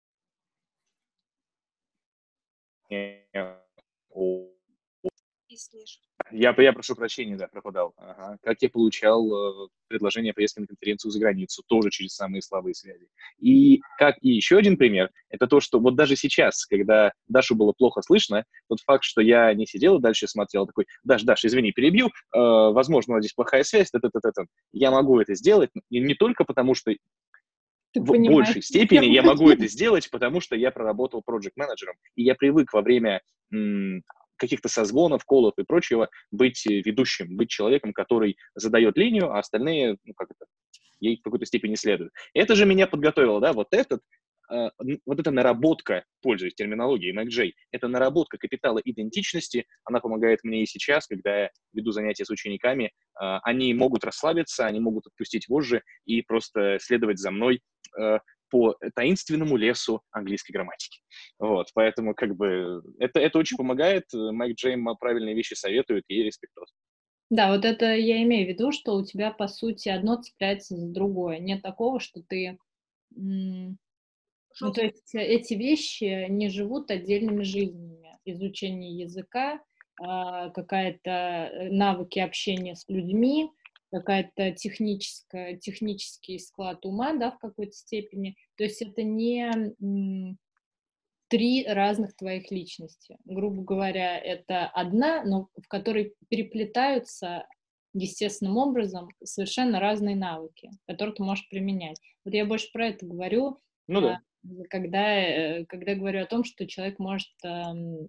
о И сниж. Я, я прошу прощения, да, пропадал. Ага. Как я получал э, предложение поездки на конференцию за границу, тоже через самые слабые связи. И как и еще один пример, это то, что вот даже сейчас, когда Дашу было плохо слышно, тот факт, что я не сидел и дальше смотрел, такой, Даш, Даш, извини, перебью, э, возможно, у нас здесь плохая связь, т -т -т -т -т. Я могу это сделать, и не только потому, что Ты в понимаешь большей степени я могу это сделать, потому что я проработал проект-менеджером, и я привык во время м, каких-то созвонов, колов и прочего быть э, ведущим, быть человеком, который задает линию, а остальные, ну, как это, ей в какой-то степени следуют. Это же меня подготовило, да, вот этот, э, н- вот эта наработка, пользуясь терминологией MacJ, это наработка капитала идентичности, она помогает мне и сейчас, когда я веду занятия с учениками, э, они могут расслабиться, они могут отпустить вожжи и просто следовать за мной э, по таинственному лесу английской грамматики. Вот, поэтому как бы это, это очень помогает. Майк Джейм правильные вещи советует, и респектос. Да, вот это я имею в виду, что у тебя, по сути, одно цепляется за другое. Нет такого, что ты... м, Ну, то Пожалуйста. есть э, эти вещи не живут отдельными жизнями. Изучение языка, а, какая-то э, навыки общения с людьми, какая-то техническая, технический склад ума, да, в какой-то степени. То есть это не м, три разных твоих личности. Грубо говоря, это одна, но в которой переплетаются естественным образом совершенно разные навыки, которые ты можешь применять. Вот я больше про это говорю, Ну а, да. когда, э, когда говорю о том, что человек может ам,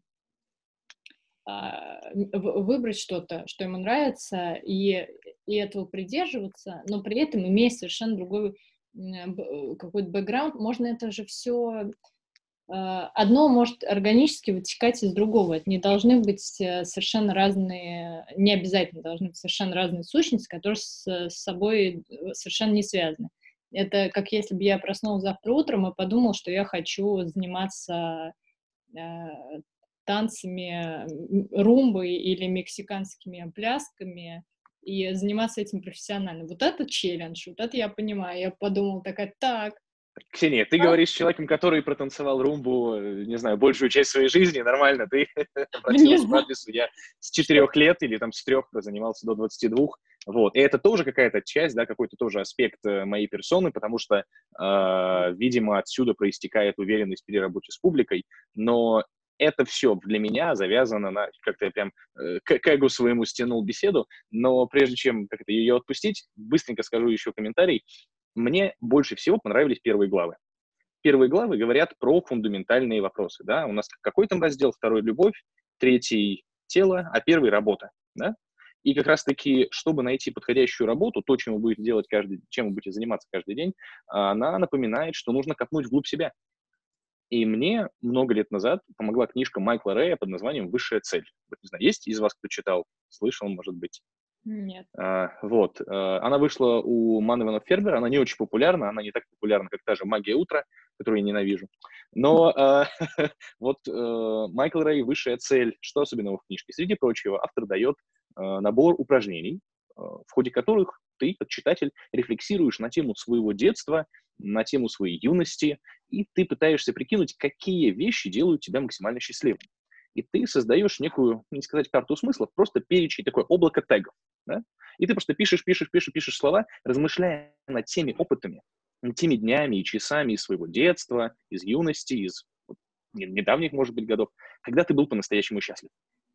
а, в- выбрать что-то, что ему нравится, и, и этого придерживаться, но при этом имея совершенно другой м, б- э, какой-то бэкграунд, можно это же все одно может органически вытекать из другого. Это не должны быть э, совершенно разные, не обязательно должны быть совершенно разные сущности, которые с, с собой э, совершенно не связаны. Это как если бы я проснулась завтра утром и подумал, что я хочу заниматься э, танцами м, румбой или мексиканскими плясками и заниматься этим профессионально. Вот это челлендж, вот это я понимаю. Я подумала такая, так. Ксения, ты говоришь с человеком, который протанцевал румбу, не знаю, большую часть своей жизни, нормально, ты обратилась к адресу, я с четырех лет или там с трех занимался до двадцати двух, вот, и это тоже какая-то часть, да, какой-то тоже аспект моей персоны, потому что, э, видимо, отсюда проистекает уверенность при работе с публикой, но это все для меня завязано на, как-то я прям э, к, к эгу своему стянул беседу, но прежде чем как-то ее отпустить, быстренько скажу еще комментарий. Мне больше всего понравились первые главы. Первые главы говорят про фундаментальные вопросы, да, у нас какой там раздел, второй — любовь, третий — тело, а первый — работа, да, и как раз-таки, чтобы найти подходящую работу, то, чем вы будете делать каждый, чем вы будете заниматься каждый день, она напоминает, что нужно копнуть вглубь себя. И мне много лет назад помогла книжка Майкла Рэя под названием «Высшая цель». Вот, не знаю, есть из вас, кто читал, слышал, может быть? Нет. Uh, вот. Uh, она вышла у Манована Фербера, она не очень популярна, она не так популярна, как та же «Магия утра», которую я ненавижу. Но uh, вот uh, Майкл Рэй «Высшая цель». Что особенного в книжке? Среди прочего, автор дает uh, набор упражнений, uh, в ходе которых ты, как читатель, рефлексируешь на тему своего детства, на тему своей юности, и ты пытаешься прикинуть, какие вещи делают тебя максимально счастливым. И ты создаешь некую, не сказать карту смыслов, просто перечень, такое облако тегов. Да? И ты просто пишешь, пишешь, пишешь, пишешь слова, размышляя над теми опытами, над теми днями и часами из своего детства, из юности, из вот, недавних, может быть, годов, когда ты был по-настоящему счастлив.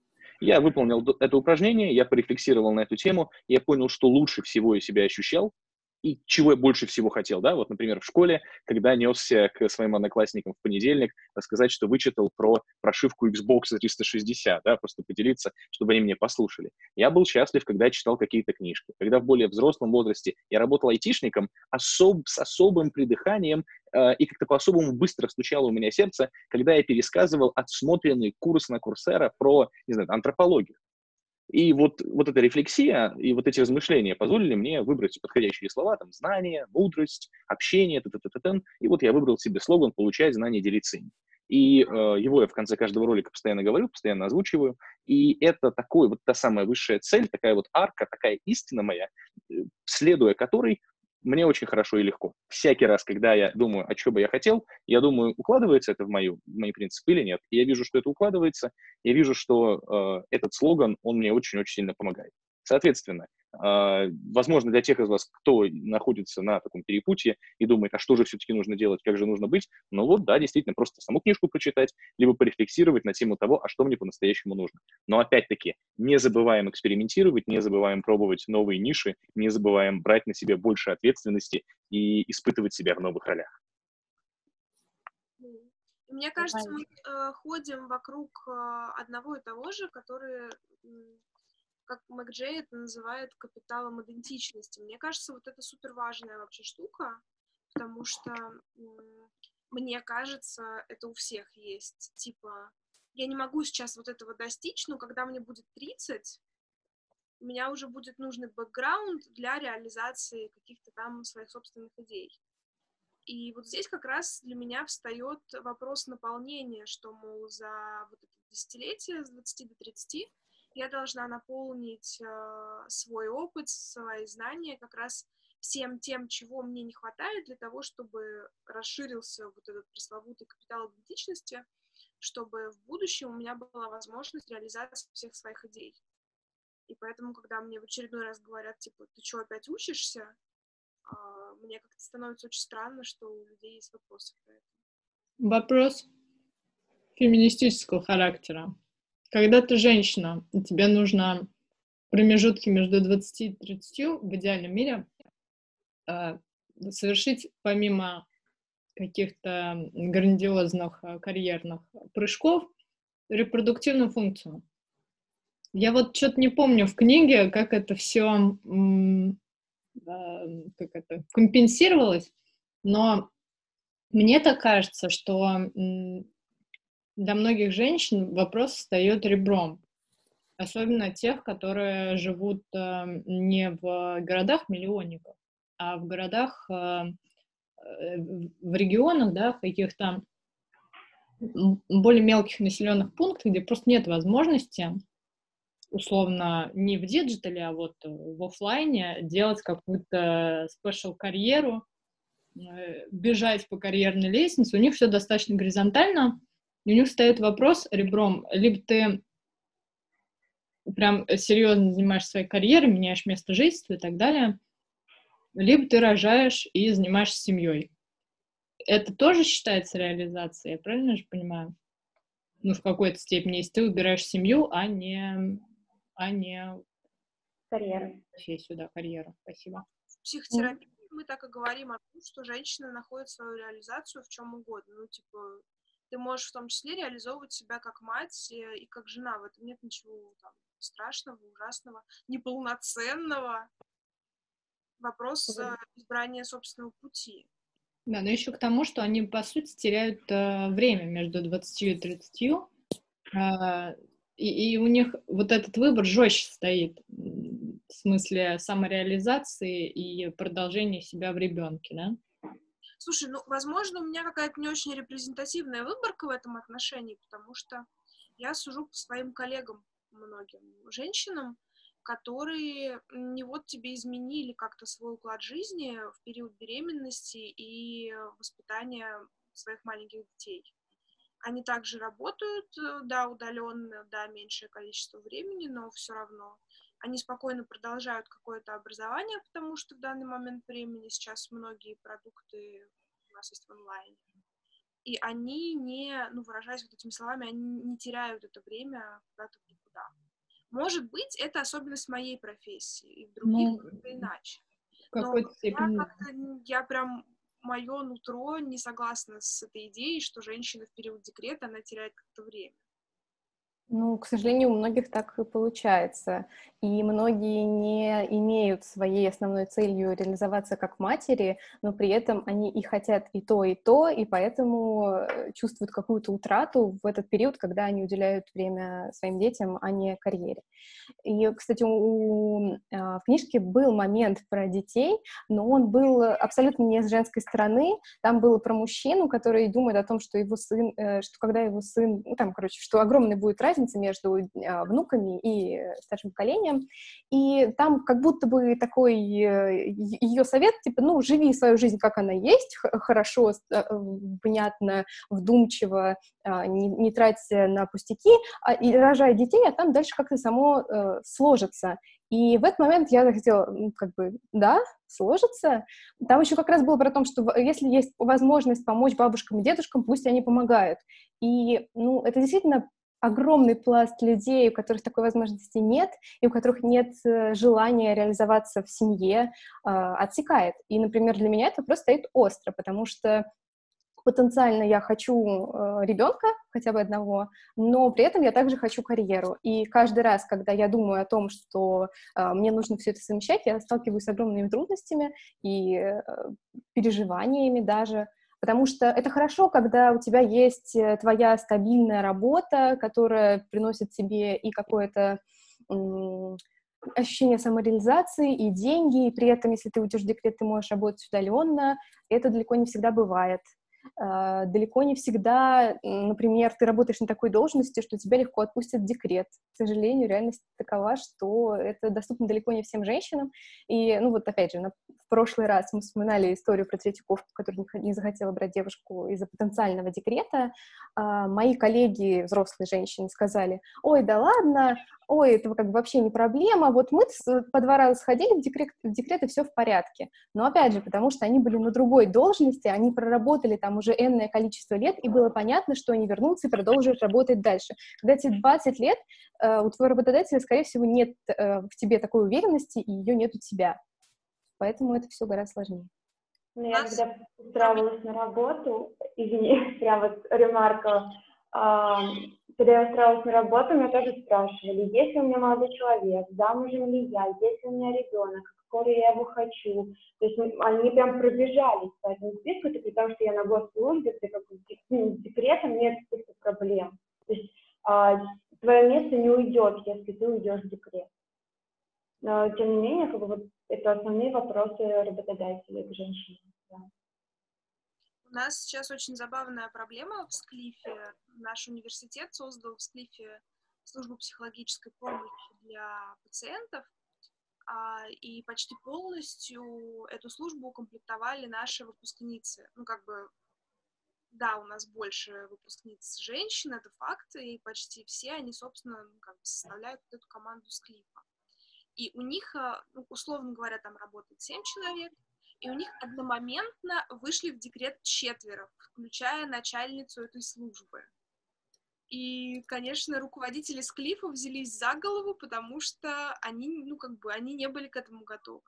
Я выполнил это упражнение, я порефлексировал на эту тему, и я понял, что лучше всего я себя ощущал, и чего я больше всего хотел, да, вот, например, в школе, когда несся к своим одноклассникам в понедельник, рассказать, что вычитал про прошивку Xbox триста шестьдесят, да, просто поделиться, чтобы они меня послушали. Я был счастлив, когда читал какие-то книжки. Когда в более взрослом возрасте я работал айтишником, особ, с особым придыханием э, и как-то по-особому быстро стучало у меня сердце, когда я пересказывал отсмотренный курс на Курсера про, не знаю, антропологию. И вот, вот эта рефлексия и вот эти размышления позволили мне выбрать подходящие слова, там, знание, мудрость, общение, т-т-т-т-т. И вот я выбрал себе слоган «Получать знания, делиться им». И э, его я в конце каждого ролика постоянно говорю, постоянно озвучиваю. И это такой, вот та самая высшая цель, такая вот арка, такая истина моя, следуя которой мне очень хорошо и легко. Всякий раз, когда я думаю, а что бы я хотел, я думаю, укладывается это в, мою, в мои принципы или нет. И я вижу, что это укладывается, я вижу, что э, этот слоган, он мне очень-очень сильно помогает. Соответственно, э, возможно, для тех из вас, кто находится на таком перепутье и думает, а что же все-таки нужно делать, как же нужно быть, ну вот, да, действительно, просто саму книжку прочитать, либо порефлексировать на тему того, а что мне по-настоящему нужно. Но опять-таки, не забываем экспериментировать, не забываем пробовать новые ниши, не забываем брать на себя больше ответственности и испытывать себя в новых ролях. Мне кажется, мы э, ходим вокруг э, одного и того же, который, э, как МакДжей это называет, капиталом идентичности. Мне кажется, вот это супер важная вообще штука, потому что э, мне кажется, это у всех есть. Типа, я не могу сейчас вот этого достичь, но когда мне будет тридцать, у меня уже будет нужный бэкграунд для реализации каких-то там своих собственных идей. И вот здесь как раз для меня встает вопрос наполнения, что, мол, за вот это десятилетие с двадцати до тридцати я должна наполнить э, свой опыт, свои знания как раз всем тем, чего мне не хватает для того, чтобы расширился вот этот пресловутый капитал идентичности, чтобы в будущем у меня была возможность реализации всех своих идей. И поэтому, когда мне в очередной раз говорят, типа, ты что, опять учишься? Мне как-то становится очень странно, что у людей есть вопросы про это. Вопрос феминистического характера. Когда ты женщина, и тебе нужно в промежутке между двадцатью и тридцатью в идеальном мире э, совершить помимо каких-то грандиозных карьерных прыжков репродуктивную функцию. Я вот что-то не помню в книге, как это все как это, компенсировалось, но мне так кажется, что для многих женщин вопрос встает ребром, особенно тех, которые живут не в городах-миллионниках, а в городах, в регионах, да, в каких-то более мелких населенных пунктах, где просто нет возможности условно не в диджитале, а вот в оффлайне делать какую-то спешл-карьеру, бежать по карьерной лестнице, у них все достаточно горизонтально, и у них стоит вопрос ребром, либо ты прям серьезно занимаешься своей карьерой, меняешь место жительства и так далее, либо ты рожаешь и занимаешься семьей. Это тоже считается реализацией, я правильно же понимаю? Ну, в какой-то степени, если ты выбираешь семью, а не, а не Карьера. профессию, да, карьеру. Спасибо. В психотерапии мы так и говорим о том, что женщина находит свою реализацию в чем угодно. Ну, типа, ты можешь в том числе реализовывать себя как мать и как жена. В этом нет ничего там страшного, ужасного, неполноценного. Вопрос э, избрания собственного пути. Да, но еще к тому, что они, по сути, теряют э, время между двадцатью и тридцатью, э, и, и у них вот этот выбор жестче стоит, в смысле самореализации и продолжения себя в ребенке, да? Слушай, ну, возможно, у меня какая-то не очень репрезентативная выборка в этом отношении, потому что я сужу по своим коллегам, многим женщинам, которые не вот тебе изменили как-то свой уклад жизни в период беременности и воспитания своих маленьких детей. Они также работают, да, удаленно, да, меньшее количество времени, но все равно. Они спокойно продолжают какое-то образование, потому что в данный момент времени сейчас многие продукты у нас есть в онлайне. И они не, ну, выражаясь вот этими словами, они не теряют это время куда-то в никуда. Может быть, это особенность моей профессии, и в других Ну, как-то иначе. в какой-то Но степени. я как-то, я прям, мое нутро не согласна с этой идеей, что женщина в период декрета, она теряет как-то время. Ну, к сожалению, у многих так и получается. И многие не имеют своей основной целью реализоваться как матери, но при этом они и хотят и то, и то, и поэтому чувствуют какую-то утрату в этот период, когда они уделяют время своим детям, а не карьере. И, кстати, у, в книжке был момент про детей, но он был абсолютно не с женской стороны. Там было про мужчину, который думает о том, что его сын, что когда его сын, ну, там, короче, что огромная будет разница между внуками и старшим поколением. И там как будто бы такой ее совет, типа, ну, живи свою жизнь, как она есть, хорошо, понятно, вдумчиво, не, не трать на пустяки, и рожай детей, а там дальше как-то само сложится. И в этот момент я захотела, ну, как бы, да, сложится. Там еще как раз было про то, что если есть возможность помочь бабушкам и дедушкам, пусть они помогают. И, ну, это действительно огромный пласт людей, у которых такой возможности нет, и у которых нет желания реализоваться в семье, отсекает. И, например, для меня это просто стоит остро, потому что потенциально я хочу э, ребенка, хотя бы одного, но при этом я также хочу карьеру. И каждый раз, когда я думаю о том, что э, мне нужно все это совмещать, я сталкиваюсь с огромными трудностями и э, переживаниями даже, потому что это хорошо, когда у тебя есть твоя стабильная работа, которая приносит тебе и какое-то м- ощущение самореализации, и деньги, и при этом, если ты уйдешь в декрет, ты можешь работать удаленно. Это далеко не всегда бывает. Uh, далеко не всегда, например, ты работаешь на такой должности, что тебя легко отпустят в декрет. К сожалению, реальность такова, что это доступно далеко не всем женщинам. И, ну вот опять же, на, в прошлый раз мы вспоминали историю про Третьяковку, которая не, не захотела брать девушку из-за потенциального декрета. Uh, мои коллеги, взрослые женщины, сказали: ой, да ладно, ой, это как бы вообще не проблема, вот мы по два раза сходили в декрет, в декрет, и все в порядке. Но опять же, потому что они были на другой должности, они проработали там уже энное количество лет, и было понятно, что они вернутся и продолжат работать дальше. Когда тебе двадцать лет, э, у твоего работодателя, скорее всего, нет э, в тебе такой уверенности, и ее нет у тебя. Поэтому это все гораздо сложнее. Ну, я когда устраивалась на работу, извини, прям вот ремарка, а, когда я устраивалась на работу, меня тоже спрашивали, есть ли у меня молодой человек, замужем ли я, есть ли у меня ребенок, который я его хочу. То есть они прям пробежались по этому списку, это при том, что я на госслужбе, где как, ну, с декретом нет каких-то проблем. То есть а, твое место не уйдет, если ты уйдешь в декрет. Но, тем не менее, как бы, вот, это основные вопросы работодателей к женщинам. Да. У нас сейчас очень забавная проблема в Склифе. Наш университет создал в Склифе службу психологической помощи для пациентов, а, и почти полностью эту службу укомплектовали наши выпускницы. Ну, как бы, да, у нас больше выпускниц женщин, это факт, и почти все они, собственно, ну, как бы составляют эту команду Склифа. И у них, ну, условно говоря, там работает семь человек, и у них одномоментно вышли в декрет четверо, включая начальницу этой службы. И, конечно, руководители Склифа взялись за голову, потому что они, ну, как бы, они не были к этому готовы.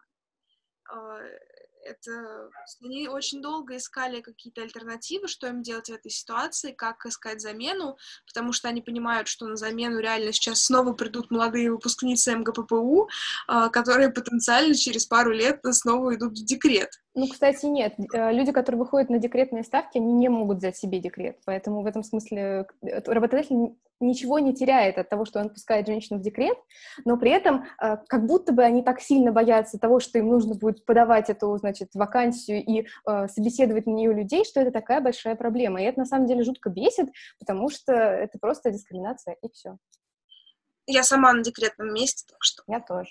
Это... Они очень долго искали какие-то альтернативы, что им делать в этой ситуации, как искать замену, потому что они понимают, что на замену реально сейчас снова придут молодые выпускницы МГППУ, которые потенциально через пару лет снова идут в декрет. Ну, кстати, нет. Люди, которые выходят на декретные ставки, они не могут взять себе декрет. Поэтому в этом смысле работодатель ничего не теряет от того, что он отпускает женщину в декрет, но при этом как будто бы они так сильно боятся того, что им нужно будет подавать эту, значит, вакансию и э, собеседовать на нее людей, что это такая большая проблема. И это на самом деле жутко бесит, потому что это просто дискриминация, и все. Я сама на декретном месте, так что... Я тоже.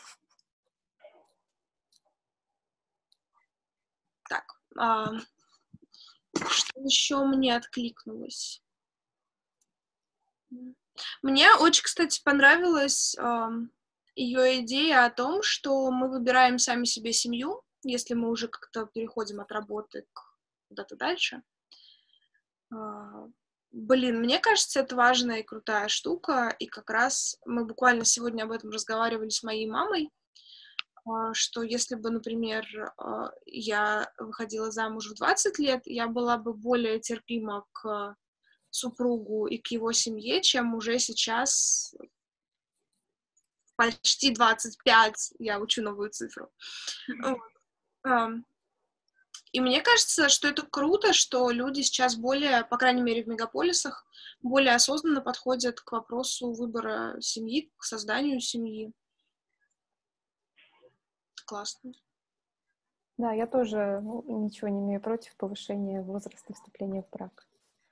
Так, а, что еще мне откликнулось? Мне очень, кстати, понравилась а, ее идея о том, что мы выбираем сами себе семью, если мы уже как-то переходим от работы куда-то дальше. А, блин, мне кажется, это важная и крутая штука, и как раз мы буквально сегодня об этом разговаривали с моей мамой, что если бы, например, я выходила замуж в двадцать лет, я была бы более терпима к супругу и к его семье, чем уже сейчас почти двадцать пять, я учу новую цифру. Mm-hmm. И мне кажется, что это круто, что люди сейчас более, по крайней мере в мегаполисах, более осознанно подходят к вопросу выбора семьи, к созданию семьи. Классно. Да, я тоже ну, ничего не имею против повышения возраста вступления в брак.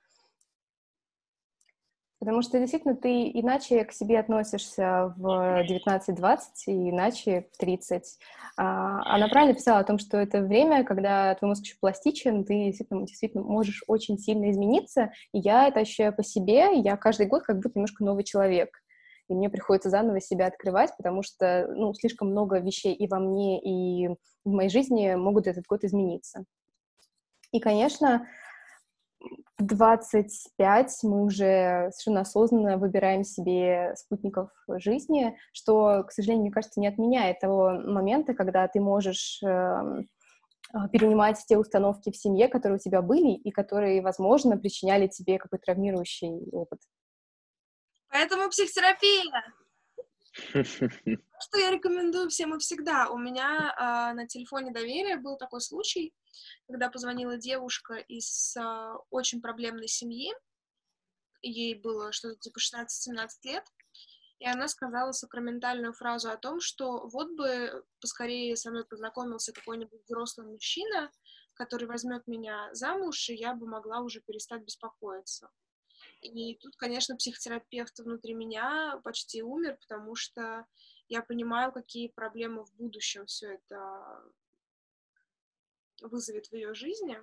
Потому что действительно ты иначе к себе относишься в девятнадцать-двадцать и иначе в тридцать. Она правильно писала о том, что это время, когда твой мозг еще пластичен, ты действительно, действительно можешь очень сильно измениться. И я это ощущаю по себе, я каждый год как будто немножко новый человек. И мне приходится заново себя открывать, потому что, ну, слишком много вещей и во мне, и в моей жизни могут этот год измениться. И, конечно, в двадцать пять мы уже совершенно осознанно выбираем себе спутников жизни, что, к сожалению, мне кажется, не отменяет того момента, когда ты можешь э, перенимать те установки в семье, которые у тебя были, и которые, возможно, причиняли тебе какой-то травмирующий опыт. Поэтому психотерапия. Что я рекомендую всем и всегда. У меня а, на телефоне доверия был такой случай, когда позвонила девушка из а, очень проблемной семьи. Ей было что-то типа шестнадцать-семнадцать лет. И она сказала сакраментальную фразу о том, что вот бы поскорее со мной познакомился какой-нибудь взрослый мужчина, который возьмет меня замуж, и я бы могла уже перестать беспокоиться. И тут, конечно, психотерапевт внутри меня почти умер, потому что я понимаю, какие проблемы в будущем все это вызовет в ее жизни.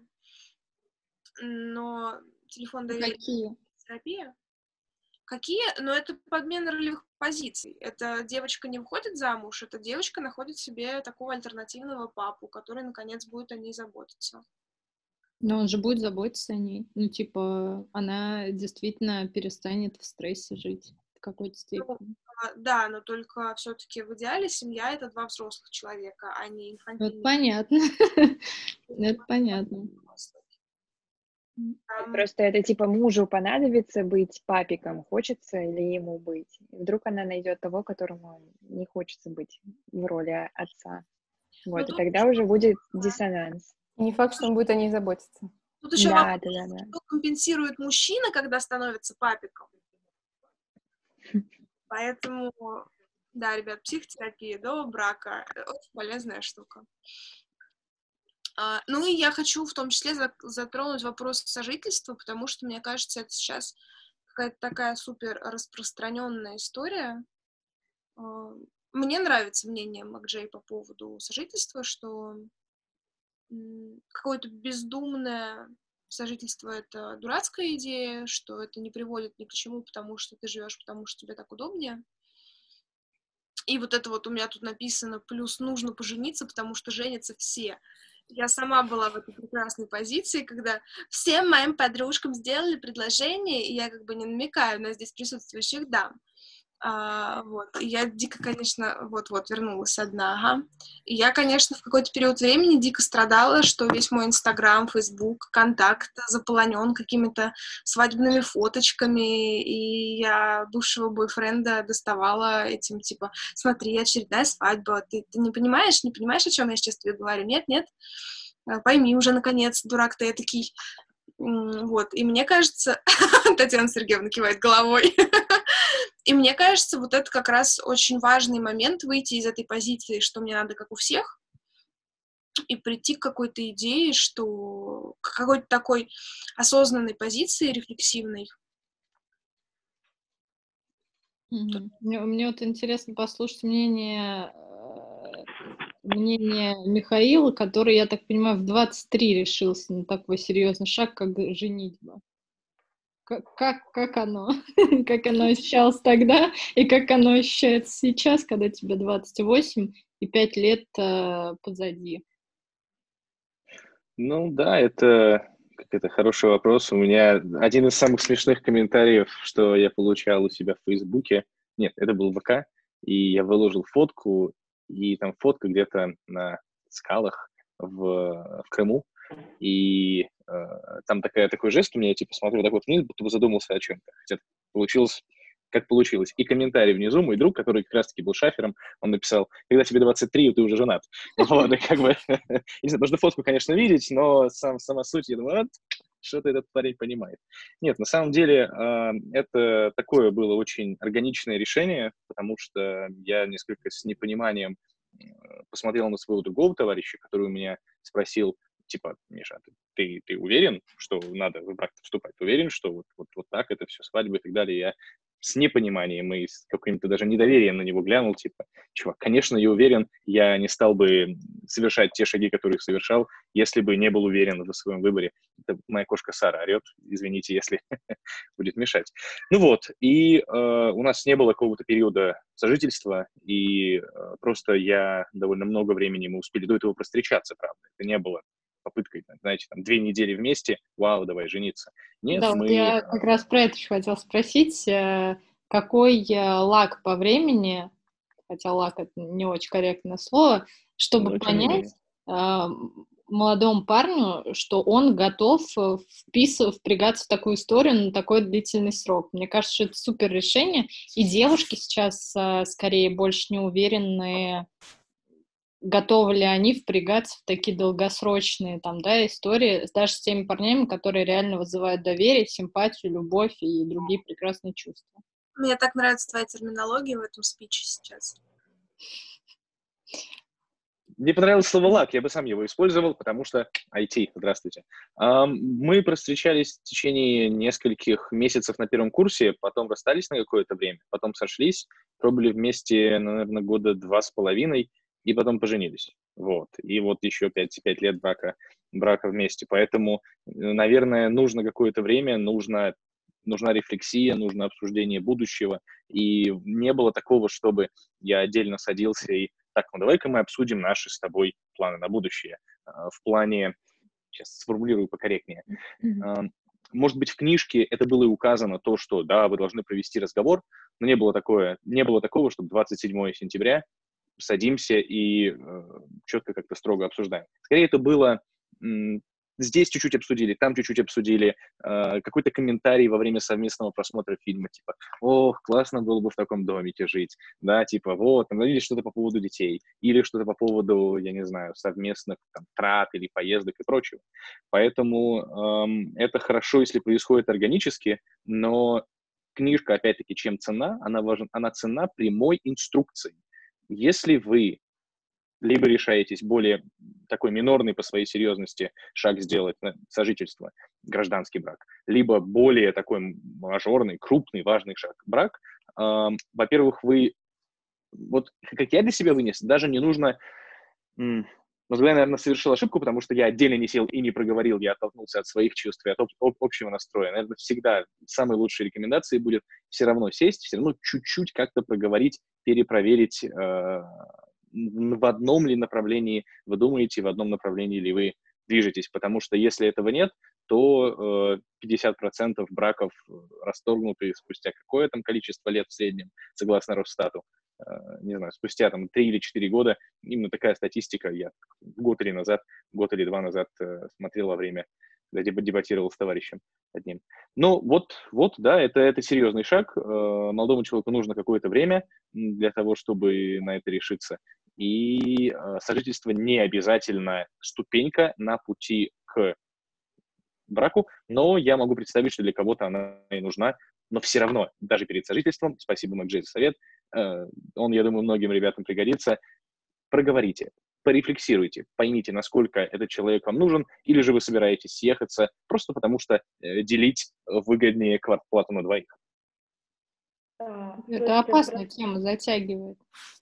Но телефон доверия... Какие? Терапия. Какие? Но это подмена ролевых позиций. Эта девочка не выходит замуж, эта девочка находит себе такого альтернативного папу, который, наконец, будет о ней заботиться. Но он же будет заботиться о ней. Ну, типа, она действительно перестанет в стрессе жить в какой-то степени. Ну, да, но только все-таки в идеале семья — это два взрослых человека, а не инфантильные. Это понятно. Это понятно. Просто это типа мужу понадобится быть папиком, хочется ли ему быть. Вдруг она найдет того, которому не хочется быть в роли отца. Вот, и тогда уже будет диссонанс. Не факт, что он будет о ней заботиться. Тут еще да, вопрос, да, да, да. что компенсирует мужчина, когда становится папиком. Поэтому, да, ребят, психотерапия до брака — очень полезная штука. А, ну и я хочу в том числе затронуть вопрос сожительства, потому что, мне кажется, это сейчас как какая-то такая супер распространенная история. А, Мне нравится мнение Макджей по поводу сожительства, что м, какое-то бездумное сожительство — это дурацкая идея, что это не приводит ни к чему, потому что ты живешь, потому что тебе так удобнее. И вот это вот у меня тут написано, плюс нужно пожениться, потому что женятся все. Я сама была в этой прекрасной позиции, когда всем моим подружкам сделали предложение, и я как бы не намекаю на здесь присутствующих дам. А, вот. И я дико, конечно, вот-вот вернулась одна, ага. И я, конечно, в какой-то период времени дико страдала, что весь мой Инстаграм, Фейсбук, Контакт заполонен какими-то свадебными фоточками, и я бывшего бойфренда доставала этим, типа, смотри, очередная свадьба, ты, ты не понимаешь, не понимаешь, о чем я сейчас тебе говорю? Нет, нет, пойми уже, наконец, дурак ты этакий. Вот, и мне кажется, Татьяна Сергеевна кивает головой, и мне кажется, вот это как раз очень важный момент — выйти из этой позиции, что мне надо как у всех, и прийти к какой-то идее, что к какой-то такой осознанной позиции, рефлексивной. Мгм. Мне, мне вот интересно послушать мнение, э, мнение Михаила, который, я так понимаю, в двадцать три решился на такой серьезный шаг, как женитьба. Как, как, как оно? Как оно ощущалось тогда, и как оно ощущается сейчас, когда тебе двадцать восемь и пять лет э, позади? Ну да, это это хороший вопрос. У меня один из самых смешных комментариев, что я получал у себя в Фейсбуке. Нет, это был ВК, и я выложил фотку, и там фотка где-то на скалах в, в Крыму, и э, там такая, такой жест у меня, я типа смотрю так вот вниз, будто бы задумался о чем-то. Хотя получилось, как получилось. И комментарий внизу, мой друг, который как раз-таки был шафером, он написал: когда тебе двадцать три, ты уже женат. Вот, и как бы, не знаю, можно фотку, конечно, видеть, но сам, сама суть, я думаю, вот, что-то этот парень понимает. Нет, на самом деле, э, это такое было очень органичное решение, потому что я несколько с непониманием э, посмотрел на своего другого товарища, который у меня спросил, типа, Миша, ты, ты, ты уверен, что надо в брак вступать? Ты уверен, что вот, вот, вот так это все, свадьба и так далее? Я с непониманием и с каким-то даже недоверием на него глянул, типа, чувак, конечно, я уверен, я не стал бы совершать те шаги, которые совершал, если бы не был уверен в своем выборе. Это моя кошка Сара орет, извините, если будет мешать. Ну вот, и э, у нас не было какого-то периода сожительства, и э, просто я довольно много времени, мы успели до этого постречаться, правда, это не было попыткой, знаете, там, две недели вместе, вау, давай жениться. Нет, Да, вот мы... я как раз про это еще хотела спросить. э, Какой э, лаг по времени, хотя лаг — это не очень корректное слово, чтобы Но тем не понять менее. э, молодому парню, что он готов э, вписывать, впрягаться в такую историю на такой длительный срок. Мне кажется, что это супер решение, и девушки сейчас э, скорее больше не уверены, готовы ли они впрягаться в такие долгосрочные там, да, истории, даже с теми парнями, которые реально вызывают доверие, симпатию, любовь и другие прекрасные чувства. Мне так нравится твоя терминология в этом спиче сейчас. Мне понравилось слово «лак», я бы сам его использовал, потому что ай ти, здравствуйте. Ам, Мы встречались в течение нескольких месяцев на первом курсе, потом расстались на какое-то время, потом сошлись, пробовали вместе, наверное, года два с половиной, и потом поженились. Вот. И вот еще пять, пять лет брака, брака вместе. Поэтому, э, наверное, нужно какое-то время, нужно, нужна рефлексия, нужно обсуждение будущего. И не было такого, чтобы я отдельно садился и так, ну давай-ка мы обсудим наши с тобой планы на будущее. А, В плане, сейчас сформулирую покорректнее, А, может быть, в книжке это было и указано, то, что, да, вы должны провести разговор, но не было такое, не было такого, чтобы двадцать седьмого сентября садимся и э, четко как-то строго обсуждаем. Скорее, это было м, здесь чуть-чуть обсудили, там чуть-чуть обсудили, э, какой-то комментарий во время совместного просмотра фильма, типа, ох, классно было бы в таком домике жить, да, типа, вот, там, или что-то по поводу детей, или что-то по поводу, я не знаю, совместных там, трат или поездок и прочего. Поэтому эм, это хорошо, если происходит органически, но книжка, опять-таки, чем цена? Она, важна, она цена прямой инструкции. Если вы либо решаетесь более такой минорный по своей серьезности шаг сделать, сожительство, гражданский брак, либо более такой мажорный, крупный, важный шаг, брак, э, во-первых, вы, вот как я для себя вынес, даже не нужно, м- Мозговой, наверное, совершил ошибку, потому что я отдельно не сел и не проговорил, я оттолкнулся от своих чувств и от об- об- общего настроя. Наверное, всегда самой лучшей рекомендацией будет все равно сесть, все равно чуть-чуть как-то проговорить, перепроверить, э, в одном ли направлении вы думаете, в одном направлении ли вы движетесь, потому что если этого нет, то э, пятьдесят процентов браков расторгнуты спустя какое там количество лет в среднем, согласно Росстату. Не знаю, спустя там три или четыре года, именно такая статистика, я год или назад, год или два назад э, смотрел во время, когда дебатировал с товарищем одним. Ну, вот, вот, да, это, это серьезный шаг. Э, молодому человеку нужно какое-то время для того, чтобы на это решиться. И э, сожительство не обязательно ступенька на пути к браку, но я могу представить, что для кого-то она и нужна, но все равно, даже перед сожительством, спасибо, Макджей, за совет, э, он, я думаю, многим ребятам пригодится, проговорите, порефлексируйте, поймите, насколько этот человек вам нужен, или же вы собираетесь съехаться просто потому, что э, делить выгоднее квартплату на двоих. Это опасная тема, затягивает.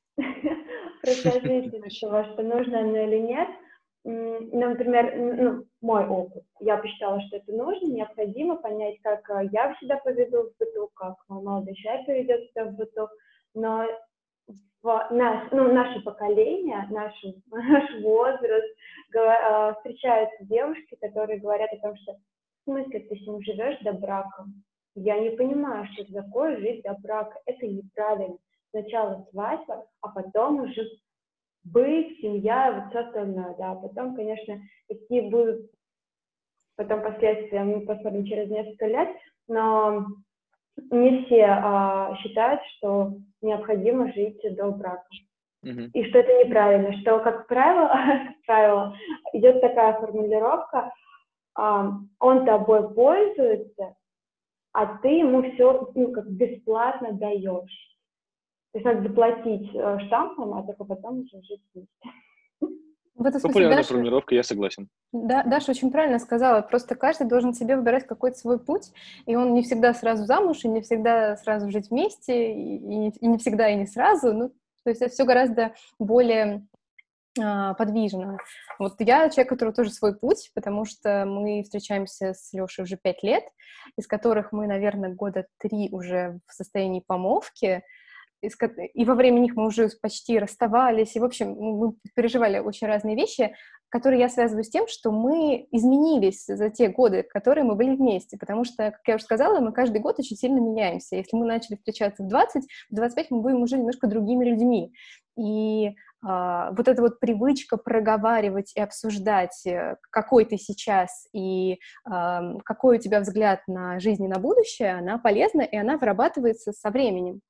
Про сожительство, что нужно оно или нет. Например, ну, мой опыт. Я посчитала, что это нужно, необходимо понять, как я себя поведу в быту, как мой молодой человек поведет себя в быту. Но в наш, ну, наше поколение, наш, наш возраст, говор, встречаются девушки, которые говорят о том, что в смысле ты с ним живешь до брака? Я не понимаю, что это такое жить до брака. Это неправильно. Сначала свадьба, а потом уже быть, семья, вот все остальное, да. Потом, конечно, какие будут потом последствия, мы посмотрим через несколько лет, но не все а, считают, что необходимо жить до брака. Mm-hmm. И что это неправильно, что, как правило, как правило идет такая формулировка, а, он тобой пользуется, а ты ему все, ну, как бесплатно даешь. То есть надо заплатить э, штампом, а только потом уже жить вместе. В этом смысле, популярная Даша, формулировка, я согласен. Да, Даша очень правильно сказала. Просто каждый должен себе выбирать какой-то свой путь, и он не всегда сразу замуж, и не всегда сразу жить вместе, и, и, и не всегда и не сразу. Ну, то есть это все гораздо более а, подвижно. Вот я человек, который тоже свой путь, потому что мы встречаемся с Лешей уже пять лет, из которых мы, наверное, года три уже в состоянии помолвки, и во время них мы уже почти расставались, и, в общем, мы переживали очень разные вещи, которые я связываю с тем, что мы изменились за те годы, которые мы были вместе, потому что, как я уже сказала, мы каждый год очень сильно меняемся. Если мы начали встречаться в двадцать, в двадцать пять мы будем уже немножко другими людьми. И а, вот эта вот привычка проговаривать и обсуждать, какой ты сейчас и а, какой у тебя взгляд на жизнь и на будущее, она полезна, и она вырабатывается со временем.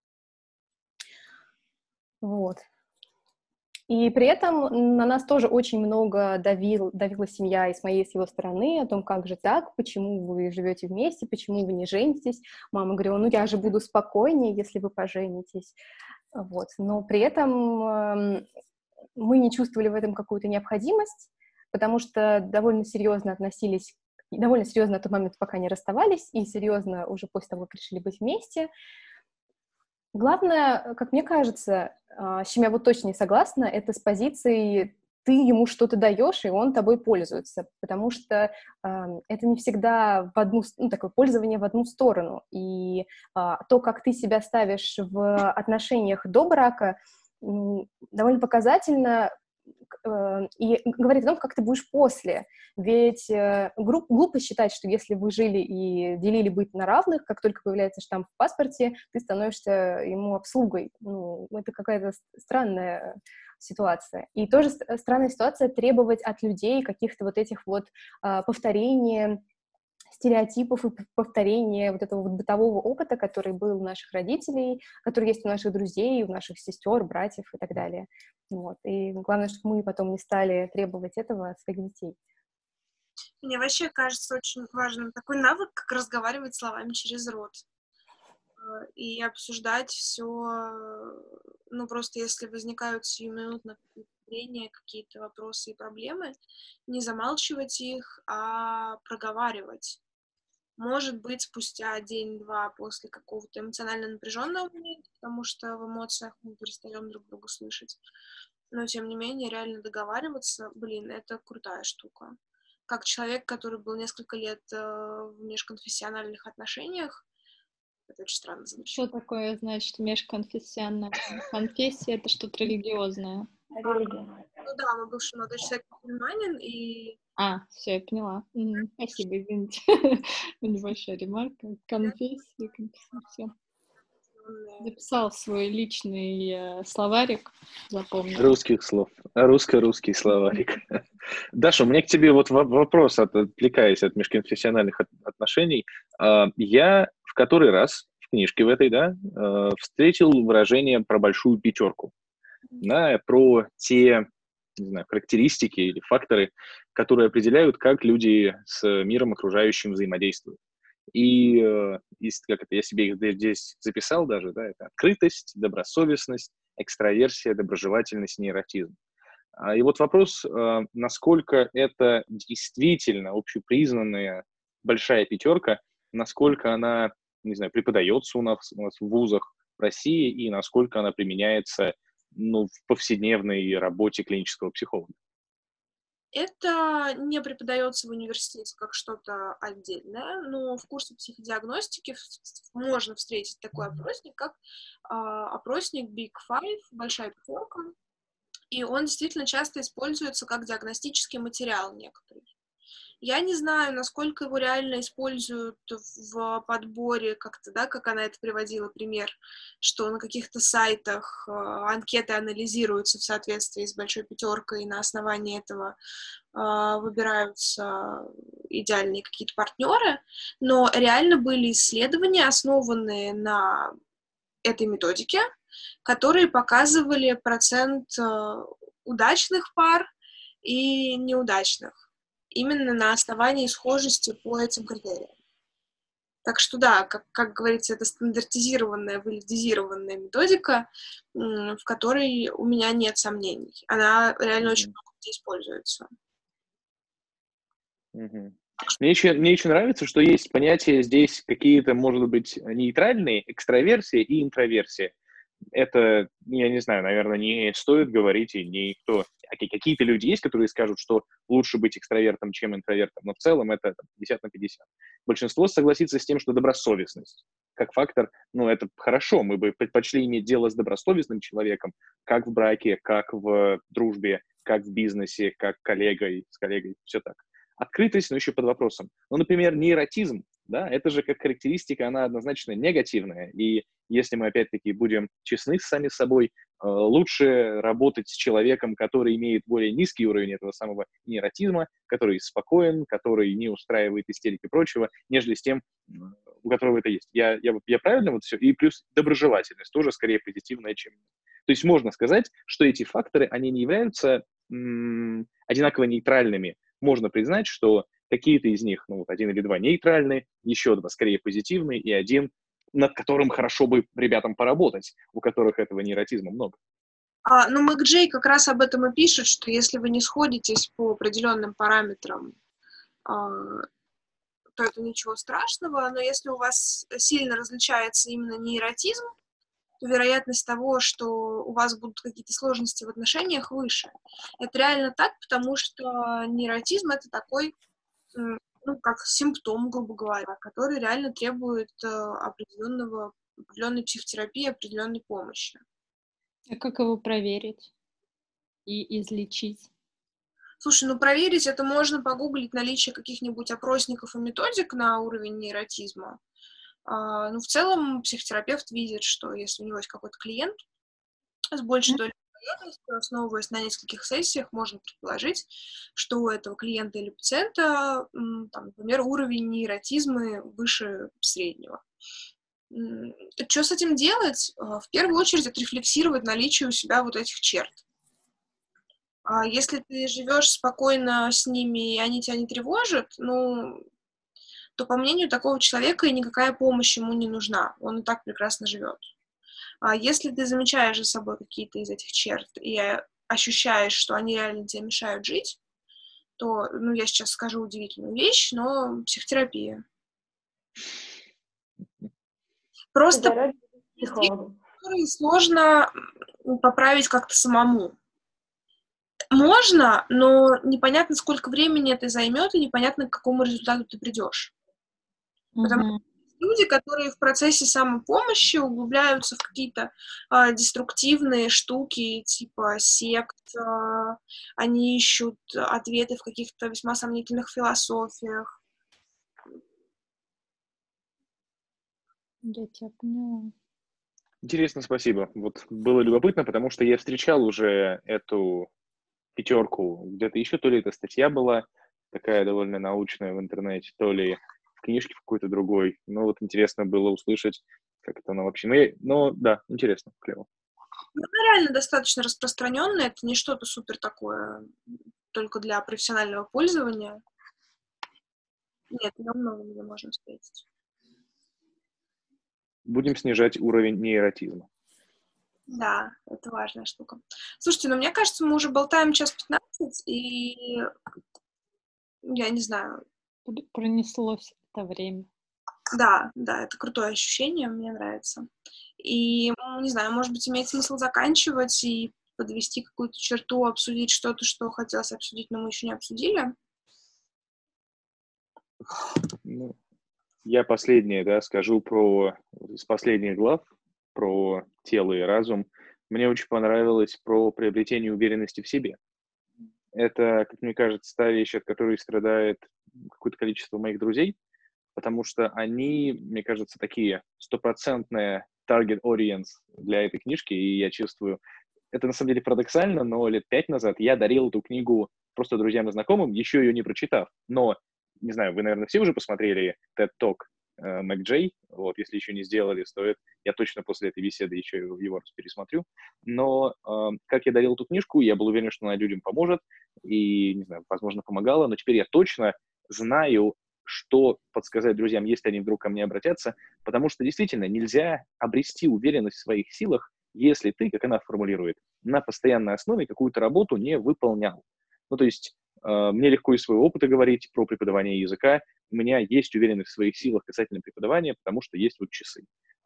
Вот. И при этом на нас тоже очень много давил, давила семья и с моей, и с его стороны о том, как же так, почему вы живете вместе, почему вы не женитесь. Мама говорила, ну я же буду спокойнее, если вы поженитесь. Вот. Но при этом э, мы не чувствовали в этом какую-то необходимость, потому что довольно серьезно относились, довольно серьезно на тот момент пока не расставались, и серьезно уже после того, как решили быть вместе. Главное, как мне кажется, с чем я вот точно не согласна, это с позиции ты ему что-то даешь, и он тобой пользуется, потому что э, это не всегда в одну, ну, такое пользование в одну сторону, и э, то, как ты себя ставишь в отношениях до брака, э, довольно показательно э, и говорит о том, как ты будешь после. Ведь э, гру- глупо считать, что если вы жили и делили быт на равных, как только появляется штамп в паспорте, ты становишься ему обслугой. Ну, это какая-то странная ситуация. И тоже странная ситуация требовать от людей каких-то вот этих вот э, повторений, стереотипов и повторения вот этого вот бытового опыта, который был у наших родителей, который есть у наших друзей, у наших сестер, братьев и так далее. Вот. И главное, чтобы мы потом не стали требовать этого от своих детей. Мне вообще кажется очень важным такой навык, как разговаривать словами через рот. И обсуждать все, ну, просто если возникают сиюминутно зрения какие-то вопросы и проблемы, не замалчивать их, а проговаривать. Может быть, спустя день-два после какого-то эмоционально напряженного момента, потому что в эмоциях мы перестаем друг друга слышать. Но, тем не менее, реально договариваться, блин, это крутая штука. Как человек, который был несколько лет э, в межконфессиональных отношениях, это очень странно звучит. Что такое, значит, межконфессиональная конфессия? Это что-то религиозное. Религия. Ну да, мой бывший молодой человек мусульманин, и... А, все, я поняла. М, Спасибо, извините. Небольшая ремарка. Конфессия, конфессия, все. Записал свой личный э, словарик, запомнил. Русских слов. Русско-русский словарик. Даша, у меня к тебе вот во- вопрос, от- отвлекаясь от межконфессиональных от- отношений. А, Я в который раз в книжке в этой, да, э, встретил выражение про большую пятерку, да, про те, не знаю, характеристики или факторы, которые определяют, как люди с миром окружающим взаимодействуют. И, э, из- как это, я себе их здесь здесь записал даже, да, это открытость, добросовестность, экстраверсия, доброжелательность, нейротизм. А, И вот вопрос, э, насколько это действительно общепризнанная большая пятерка, насколько она, не знаю, преподается у нас, у нас в вузах в России и насколько она применяется, ну, в повседневной работе клинического психолога. Это не преподается в университете как что-то отдельное, но в курсе психодиагностики в- можно встретить такой опросник, как а, опросник Big Five, большая пятерка, и он действительно часто используется как диагностический материал некоторый. Я не знаю, насколько его реально используют в подборе как-то, да, как она это приводила пример, что на каких-то сайтах э, анкеты анализируются в соответствии с большой пятеркой, и на основании этого э, выбираются идеальные какие-то партнеры, но реально были исследования, основанные на этой методике, которые показывали процент э, удачных пар и неудачных именно на основании схожести по этим критериям. Так что да, как, как говорится, это стандартизированная, валидизированная методика, м, в которой у меня нет сомнений. Она реально очень Мгм. много где используется. Мгм. Мне еще, мне еще нравится, что есть понятия здесь какие-то, может быть, нейтральные, экстраверсия и интроверсия. Это, я не знаю, наверное, не стоит говорить, и никто... Окей, какие-то люди есть, которые скажут, что лучше быть экстравертом, чем интровертом, но в целом это там, пятьдесят на пятьдесят. Большинство согласится с тем, что добросовестность как фактор, ну, это хорошо, мы бы предпочли иметь дело с добросовестным человеком, как в браке, как в дружбе, как в бизнесе, как коллегой, с коллегой, все так. Открытость, но еще под вопросом. Ну, например, нейротизм, да, это же как характеристика, она однозначно негативная, и если мы, опять-таки, будем честны с сами собой, э, лучше работать с человеком, который имеет более низкий уровень этого самого нейротизма, который спокоен, который не устраивает истерики и прочего, нежели с тем, м, у которого это есть. Я, я, вот- я правильно вот все? И плюс доброжелательность тоже скорее позитивная, чем... То есть можно сказать, что эти факторы, они не являются м, одинаково нейтральными. Можно признать, что какие-то из них, ну вот один или два нейтральные, еще два скорее позитивные, и один, над которым хорошо бы ребятам поработать, у которых этого нейротизма много. А, ну, МакДжей как раз об этом и пишет, что если вы не сходитесь по определенным параметрам, а, то это ничего страшного, но если у вас сильно различается именно нейротизм, то вероятность того, что у вас будут какие-то сложности в отношениях, выше. Это реально так, потому что нейротизм — это такой, м, ну, как симптом, грубо говоря, который реально требует э, определенного, определенной психотерапии, определенной помощи. А как его проверить и излечить? Слушай, ну проверить это можно погуглить наличие каких-нибудь опросников и методик на уровень нейротизма. А, ну, в целом, психотерапевт видит, что если у него есть какой-то клиент с большей долей вероятности, основываясь на нескольких сессиях, можно предположить, что у этого клиента или пациента, м, там, например, уровень нейротизма выше среднего. Что с этим делать? А, В первую очередь отрефлексировать наличие у себя вот этих черт. А если ты живешь спокойно с ними, и они тебя не тревожат, ну, то, по мнению такого человека, и никакая помощь ему не нужна. Он и так прекрасно живет. А если ты замечаешь за собой какие-то из этих черт и ощущаешь, что они реально тебе мешают жить, то, ну, я сейчас скажу удивительную вещь, но психотерапия. Просто Ради есть вещи, психолога. которые сложно поправить как-то самому. Можно, но непонятно, сколько времени это займет, и непонятно, к какому результату ты придешь. Потому что Мгм. люди, которые в процессе самопомощи углубляются в какие-то а, деструктивные штуки, типа сект, а, они ищут ответы в каких-то весьма сомнительных философиях. Я тебя поняла. Интересно, спасибо. Вот было любопытно, потому что я встречал уже эту пятерку где-то еще, то ли это статья была такая довольно научная в интернете, то ли в книжке в какой-то другой. Ну вот интересно было услышать, как это оно вообще. Ну, я- ну да, интересно, клево. Ну, она реально достаточно распространенная, это не что-то супер такое только для профессионального пользования. Нет, ее много где можно встретить. Будем снижать уровень нейротизма. Да, это важная штука. Слушайте, ну мне кажется, мы уже болтаем час пятнадцать, и я не знаю. Пр- Пронеслось это время. Да, да, это крутое ощущение, мне нравится. И, м, не знаю, может быть, имеет смысл заканчивать и подвести какую-то черту, обсудить что-то, что хотелось обсудить, но мы еще не обсудили. Ну, я последнее, да, скажу про из последних глав про тело и разум. Мне очень понравилось про приобретение уверенности в себе. Это, как мне кажется, та вещь, от которой страдает какое-то количество моих друзей, потому что они, мне кажется, такие стопроцентные target audience для этой книжки, и я чувствую, это на самом деле парадоксально, но лет пять назад я дарил эту книгу просто друзьям и знакомым, еще ее не прочитав. Но, не знаю, вы, наверное, все уже посмотрели TED Talk э, Мэг Джей, вот, если еще не сделали, стоит. Я точно после этой беседы еще его, его раз пересмотрю. Но э, как я дарил эту книжку, я был уверен, что она людям поможет, и, не знаю, возможно, помогала, но теперь я точно знаю, что подсказать друзьям, если они вдруг ко мне обратятся, потому что действительно нельзя обрести уверенность в своих силах, если ты, как она формулирует, на постоянной основе какую-то работу не выполнял. Ну, то есть э, мне легко из своего опыта говорить про преподавание языка. У меня есть уверенность в своих силах касательно преподавания, потому что есть вот часы.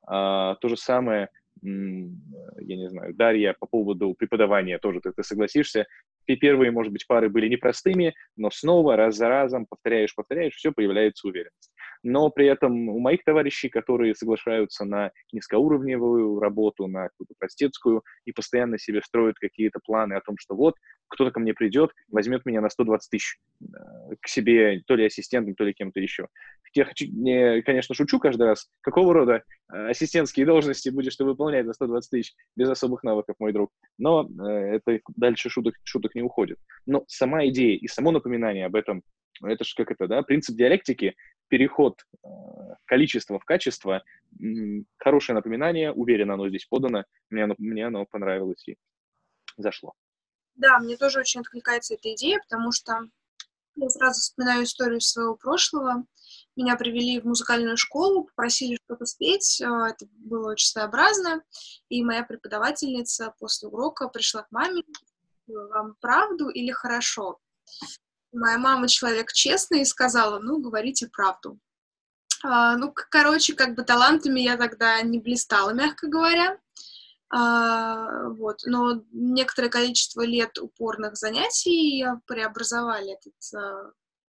А, то же самое, м, я не знаю, Дарья, по поводу преподавания тоже ты, ты согласишься. И первые, может быть, пары были непростыми, но снова, раз за разом, повторяешь, повторяешь, все, появляется уверенность. Но при этом у моих товарищей, которые соглашаются на низкоуровневую работу, на какую-то простецкую, и постоянно себе строят какие-то планы о том, что вот, кто-то ко мне придет, возьмет меня на сто двадцать тысяч э, к себе, то ли ассистентом, то ли кем-то еще. Я, хочу, не, конечно, шучу каждый раз, какого рода э, ассистентские должности будешь ты выполнять за сто двадцать тысяч без особых навыков, мой друг. Но э, это дальше шуток, шуток не уходит. Но сама идея и само напоминание об этом, это же как это, да, принцип диалектики, переход э, количества в качество, м, хорошее напоминание, уверенно оно здесь подано, мне оно, мне оно понравилось и зашло. Да, мне тоже очень откликается эта идея, потому что я сразу вспоминаю историю своего прошлого. Меня привели в музыкальную школу, попросили что-то спеть, э, это было очень своеобразно, и моя преподавательница после урока пришла к маме, спросила: вам правду или хорошо? Моя мама человек честный и сказала: ну, говорите правду. А, ну, к- короче, как бы талантами я тогда не блистала, мягко говоря. А, вот. Но некоторое количество лет упорных занятий преобразовали этот а,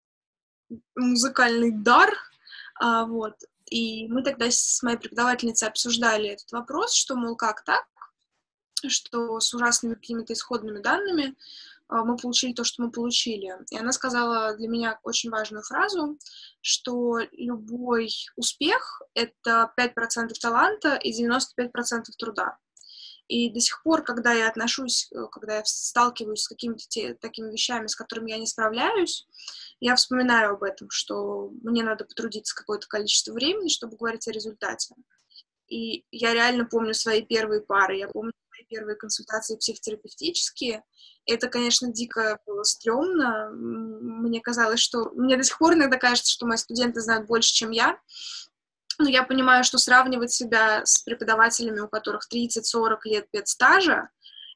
музыкальный дар. А, вот. И мы тогда с моей преподавательницей обсуждали этот вопрос, что, мол, как так, что с ужасными какими-то исходными данными а, мы получили то, что мы получили. И она сказала для меня очень важную фразу, что любой успех — это пять процентов таланта и девяносто пять процентов труда. И до сих пор, когда я отношусь, э, когда я сталкиваюсь с какими-то те, такими вещами, с которыми я не справляюсь, я вспоминаю об этом, что мне надо потрудиться какое-то количество времени, чтобы говорить о результате. И я реально помню свои первые пары, я помню свои первые консультации психотерапевтические. Это, конечно, дико было стрёмно. М, Мне казалось, что... Мне до сих пор иногда кажется, что мои студенты знают больше, чем я. Но я понимаю, что сравнивать себя с преподавателями, у которых тридцать-сорок лет педстажа,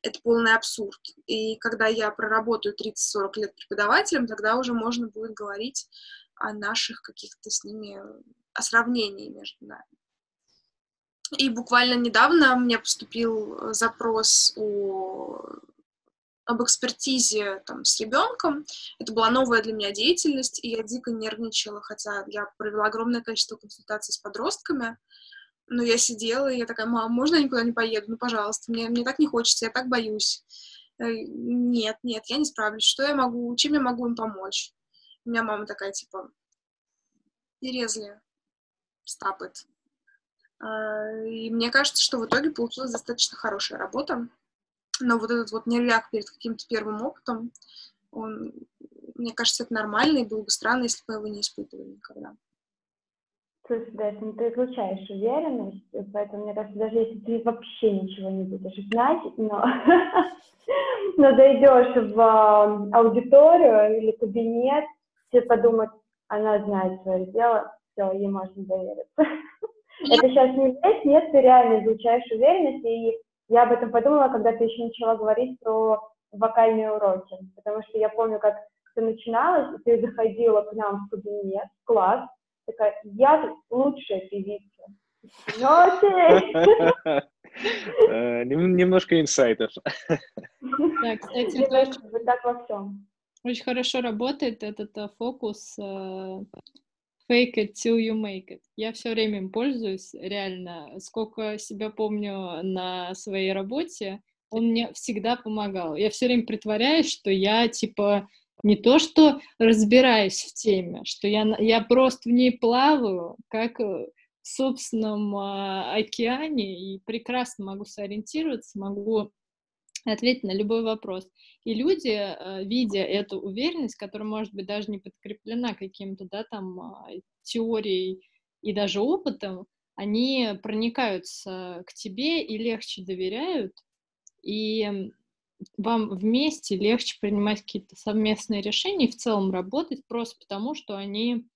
это полный абсурд. И когда я проработаю тридцать-сорок лет преподавателем, тогда уже можно будет говорить о наших каких-то с ними, о сравнении между нами. И буквально недавно мне поступил запрос о, об экспертизе там, с ребенком. Это была новая для меня деятельность, и я дико нервничала, хотя я провела огромное количество консультаций с подростками. Но я сидела, и я такая: мам, можно я никуда не поеду? Ну, пожалуйста, мне, мне так не хочется, я так боюсь. Нет, нет, я не справлюсь. Что я могу, чем я могу им помочь? У меня мама такая, типа, Seriously, stop it. И мне кажется, что в итоге получилась достаточно хорошая работа. Но вот этот вот нервяк перед каким-то первым опытом, он, мне кажется, это нормально, и было бы странно, если бы мы его не испытывали никогда. Слушай, да, ну ты излучаешь уверенность, поэтому, мне кажется, даже если ты вообще ничего не будешь знать, но, но дойдешь в аудиторию или кабинет, все подумают: она знает свое дело, все, ей можно довериться. Это сейчас не здесь, нет, ты реально излучаешь уверенность, и я об этом подумала, когда ты еще начала говорить про вокальные уроки, потому что я помню, как ты начиналась, и ты заходила к нам в кабинет, в класс, такая: я лучшая певица. Немножко инсайтов. Да, кстати, вот так во всем. Очень хорошо работает этот фокус fake it till you make it. Я все время им пользуюсь, реально. Сколько себя помню на своей работе, он мне всегда помогал. Я все время притворяюсь, что я, типа, не то что разбираюсь в теме, что я, я просто в ней плаваю, как в собственном э, океане, и прекрасно могу сориентироваться, могу ответить на любой вопрос. И люди, э, видя эту уверенность, которая, может быть, даже не подкреплена каким-то, да, там, э, теорией и даже опытом, они проникаются к тебе и легче доверяют, и вам вместе легче принимать какие-то совместные решения и в целом работать просто потому, что они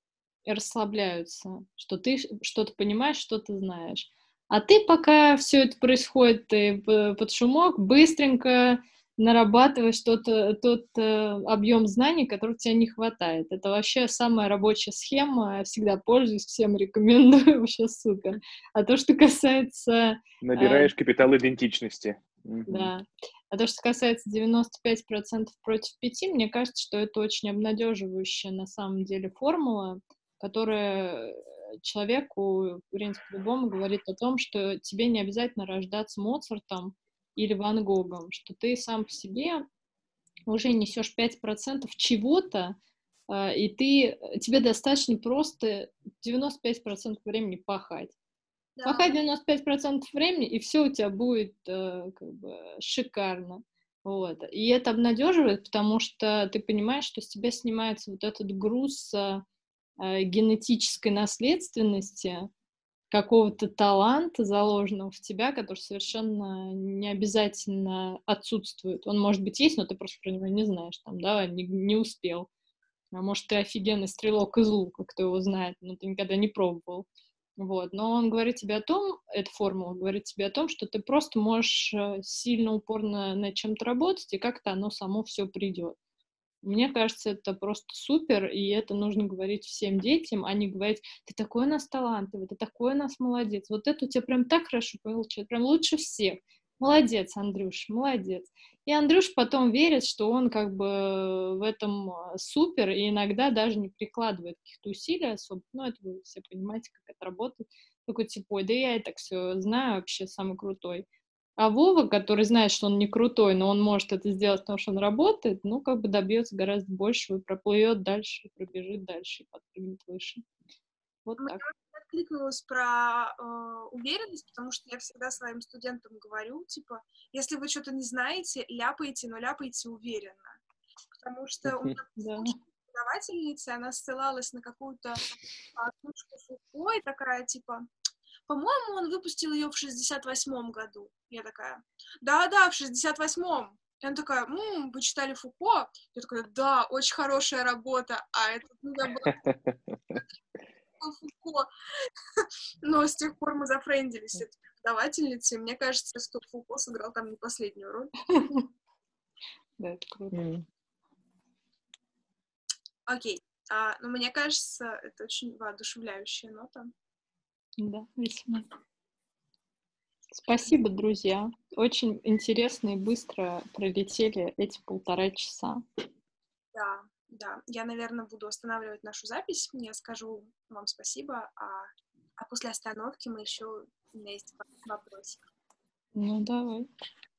расслабляются, что ты что-то понимаешь, что ты знаешь. А ты, пока все это происходит, ты под шумок быстренько нарабатываешь тот, тот объем знаний, которого тебе не хватает. Это вообще самая рабочая схема, я всегда пользуюсь, всем рекомендую, вообще супер. А то, что касается... Набираешь э... капитал идентичности. Да. А то, что касается девяносто пять процентов против пяти, мне кажется, что это очень обнадеживающая на самом деле формула, которая человеку, в принципе, любому говорит о том, что тебе не обязательно рождаться Моцартом или Ван Гогом, что ты сам по себе уже несешь пять процентов чего-то, и ты, тебе достаточно просто девяносто пять процентов времени пахать. Да. Пахать девяносто пять процентов времени, и все у тебя будет как бы шикарно. Вот. И это обнадеживает, потому что ты понимаешь, что с тебя снимается вот этот груз генетической наследственности, какого-то таланта, заложенного в тебя, который совершенно не обязательно отсутствует. Он, может быть, есть, но ты просто про него не знаешь, там, да, не, не успел. А может, ты офигенный стрелок из лука, кто его знает, но ты никогда не пробовал. Вот. Но он говорит тебе о том, эта формула говорит тебе о том, что ты просто можешь сильно упорно над чем-то работать, и как-то оно само все придет. Мне кажется, это просто супер, и это нужно говорить всем детям, а не говорить: ты такой у нас талантливый, ты такой у нас молодец, вот это у тебя прям так хорошо получилось, прям лучше всех. Молодец, Андрюш, молодец. И Андрюш потом верит, что он как бы в этом супер, и иногда даже не прикладывает каких-то усилий особо. Ну, это вы все понимаете, как это работает. Такой типа: ой, да я и так все знаю, вообще самый крутой. А Вова, который знает, что он не крутой, но он может это сделать, потому что он работает, ну, как бы добьется гораздо большего и проплывет дальше, пробежит дальше и подпрыгнет выше. Вот так. Я откликнулась про э, уверенность, потому что я всегда своим студентам говорю, типа, если вы что-то не знаете, ляпайте, но ляпайте уверенно. Потому что у меня преподавательница, она ссылалась на какую-то книжку Фуко, и такая, типа: по-моему, он выпустил ее в шестьдесят восьмом году. Я такая: да-да, в шестьдесят восьмом. И она такая: м-м, вы читали Фуко? Я такая: да, очень хорошая работа. А это, ну, я была Эстел Фуко. Но с тех пор мы зафрендились с этой преподавательницей. Мне кажется, Эстел Фуко сыграл там не последнюю роль. Да, это круто. М. Окей. А, ну, мне кажется, это очень воодушевляющая нота. Да, весьма. Спасибо, друзья. Очень интересно и быстро пролетели эти полтора часа. Да, да. Я, наверное, буду останавливать нашу запись. Я скажу вам спасибо, а, а после остановки мы еще... У меня есть вопросик. Ну, давай.